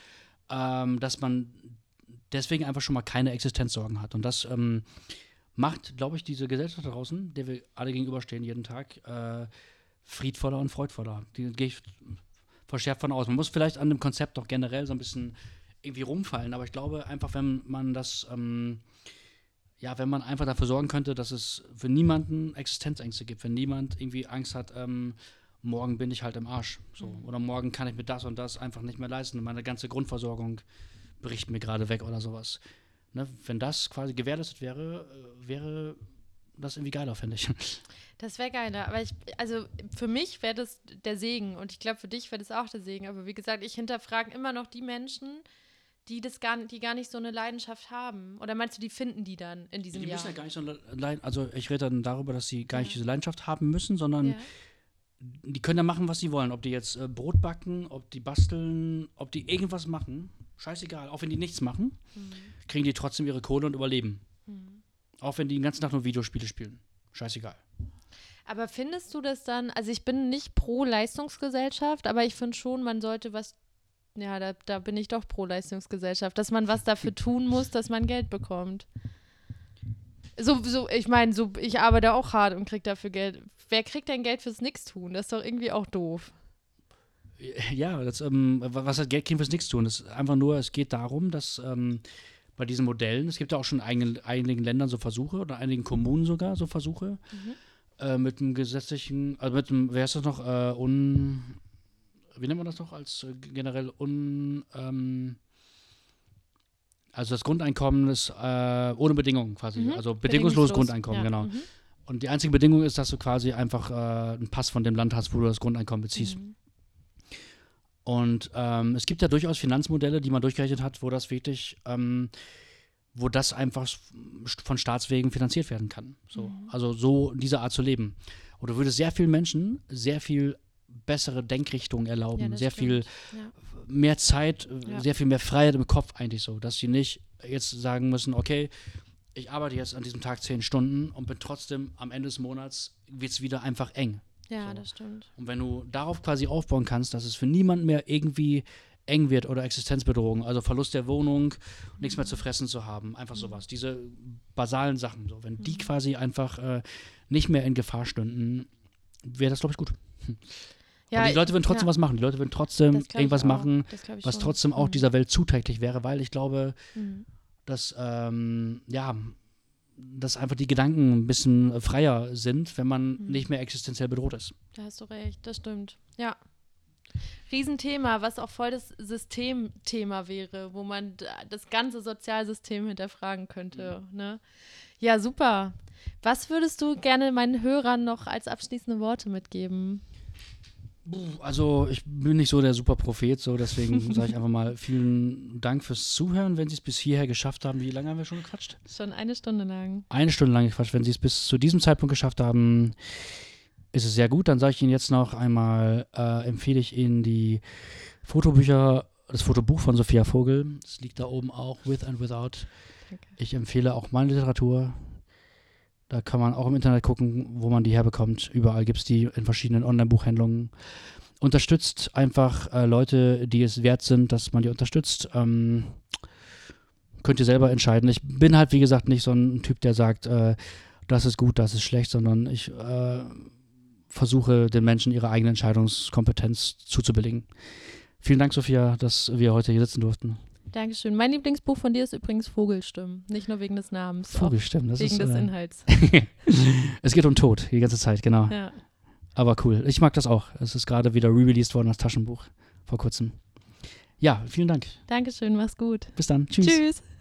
ähm, dass man deswegen einfach schon mal keine Existenzsorgen hat. Und das ähm, macht, glaube ich, diese Gesellschaft da draußen, der wir alle gegenüberstehen jeden Tag, äh, friedvoller und freudvoller. Die gehe ich verschärft von aus. Man muss vielleicht an dem Konzept doch generell so ein bisschen irgendwie rumfallen, aber ich glaube einfach, wenn man das, ähm, ja, wenn man einfach dafür sorgen könnte, dass es für niemanden Existenzängste gibt, wenn niemand irgendwie Angst hat, ähm, morgen bin ich halt im Arsch, so, Mhm. oder morgen kann ich mir das und das einfach nicht mehr leisten, meine ganze Grundversorgung bricht mir gerade weg oder sowas. Ne? Wenn das quasi gewährleistet wäre, äh, wäre das irgendwie geiler, finde ich. Das wäre geiler, aber ich, also für mich wäre das der Segen und ich glaube, für dich wäre das auch der Segen. Aber wie gesagt, ich hinterfrage immer noch die Menschen, die das gar, die gar nicht so eine Leidenschaft haben. Oder meinst du, die finden die dann in diesem Die Jahr? müssen ja gar nicht so eine Leid- also ich rede dann darüber, dass sie gar Ja. nicht diese Leidenschaft haben müssen, sondern Ja. die können ja machen, was sie wollen. Ob die jetzt äh, Brot backen, ob die basteln, ob die irgendwas machen, scheißegal. Auch wenn die nichts machen, Mhm. kriegen die trotzdem ihre Kohle und überleben. Mhm. Auch wenn die den ganzen Tag nur Videospiele spielen. Scheißegal. Aber findest du das dann, also ich bin nicht pro Leistungsgesellschaft, aber ich finde schon, man sollte was, ja, da, da bin ich doch pro Leistungsgesellschaft, dass man was dafür tun muss, dass man Geld bekommt. So, so ich meine, so, ich arbeite auch hart und kriege dafür Geld. Wer kriegt denn Geld fürs Nichtstun? Das ist doch irgendwie auch doof. Ja, das, ähm, was hat Geld kriegen fürs Nichts tun? Das ist einfach nur, es geht darum, dass ähm, bei diesen Modellen, es gibt ja auch schon in einigen Ländern so Versuche oder einigen Kommunen sogar so Versuche, Mhm. äh, mit dem gesetzlichen, also mit dem, wer ist das noch, äh, un, wie nennt man das noch, als äh, generell un, ähm, also das Grundeinkommen ist äh, ohne Bedingungen quasi, Mhm. also bedingungsloses Bedingungslos. Grundeinkommen, Ja. genau. Mhm. Und die einzige Bedingung ist, dass du quasi einfach äh, einen Pass von dem Land hast, wo du das Grundeinkommen beziehst. Mhm. Und ähm, es gibt ja durchaus Finanzmodelle, die man durchgerechnet hat, wo das wirklich, ähm, wo das einfach von Staatswegen finanziert werden kann. So. Mhm. Also so diese Art zu leben. Und du würdest sehr vielen Menschen sehr viel bessere Denkrichtungen erlauben, Ja, das sehr viel stimmt. Ja. mehr Zeit, äh, Ja. sehr viel mehr Freiheit im Kopf eigentlich so, dass sie nicht jetzt sagen müssen, okay, ich arbeite jetzt an diesem Tag zehn Stunden und bin trotzdem am Ende des Monats wird es wieder einfach eng. Ja, So. das stimmt. Und wenn du darauf quasi aufbauen kannst, dass es für niemanden mehr irgendwie eng wird oder Existenzbedrohung, also Verlust der Wohnung, nichts mehr zu fressen zu haben, einfach sowas. Diese basalen Sachen, so. Wenn die quasi einfach äh, nicht mehr in Gefahr stünden, wäre das, glaube ich, gut. Ja, und die Leute würden trotzdem ja, was machen. Die Leute würden trotzdem das glaub ich irgendwas auch. machen, Das glaub ich was schon. trotzdem auch Mhm. dieser Welt zuträglich wäre, weil ich glaube, Mhm. dass ähm, ja, dass einfach die Gedanken ein bisschen freier sind, wenn man Mhm. nicht mehr existenziell bedroht ist. Da hast du recht, das stimmt. Ja. Riesenthema, was auch voll das Systemthema wäre, wo man d- das ganze Sozialsystem hinterfragen könnte. Ne? Ja, super. Was würdest du gerne meinen Hörern noch als abschließende Worte mitgeben? Also ich bin nicht so der Superprophet, so deswegen sage ich einfach mal vielen Dank fürs Zuhören, wenn Sie es bis hierher geschafft haben. Wie lange haben wir schon gequatscht? Schon eine Stunde lang. Eine Stunde lang gequatscht. Wenn Sie es bis zu diesem Zeitpunkt geschafft haben, ist es sehr gut. Dann sage ich Ihnen jetzt noch einmal, äh, empfehle ich Ihnen die Fotobücher, das Fotobuch von Sophia Vogel. Es liegt da oben auch, With and Without. Danke. Ich empfehle auch meine Literatur. Da kann man auch im Internet gucken, wo man die herbekommt. Überall gibt es die in verschiedenen Online-Buchhandlungen. Unterstützt einfach äh, Leute, die es wert sind, dass man die unterstützt. Ähm, könnt ihr selber entscheiden. Ich bin halt, wie gesagt, nicht so ein Typ, der sagt, äh, das ist gut, das ist schlecht, sondern ich äh, versuche den Menschen ihre eigene Entscheidungskompetenz zuzubilligen. Vielen Dank, Sophia, dass wir heute hier sitzen durften. Dankeschön. Mein Lieblingsbuch von dir ist übrigens Vogelstimmen. Nicht nur wegen des Namens. Vogelstimmen, das auch wegen ist, des äh, Inhalts. Es geht um Tod, die ganze Zeit, genau. Ja. Aber cool. Ich mag das auch. Es ist gerade wieder re-released worden als Taschenbuch vor kurzem. Ja, vielen Dank. Dankeschön, mach's gut. Bis dann. Tschüss. Tschüss.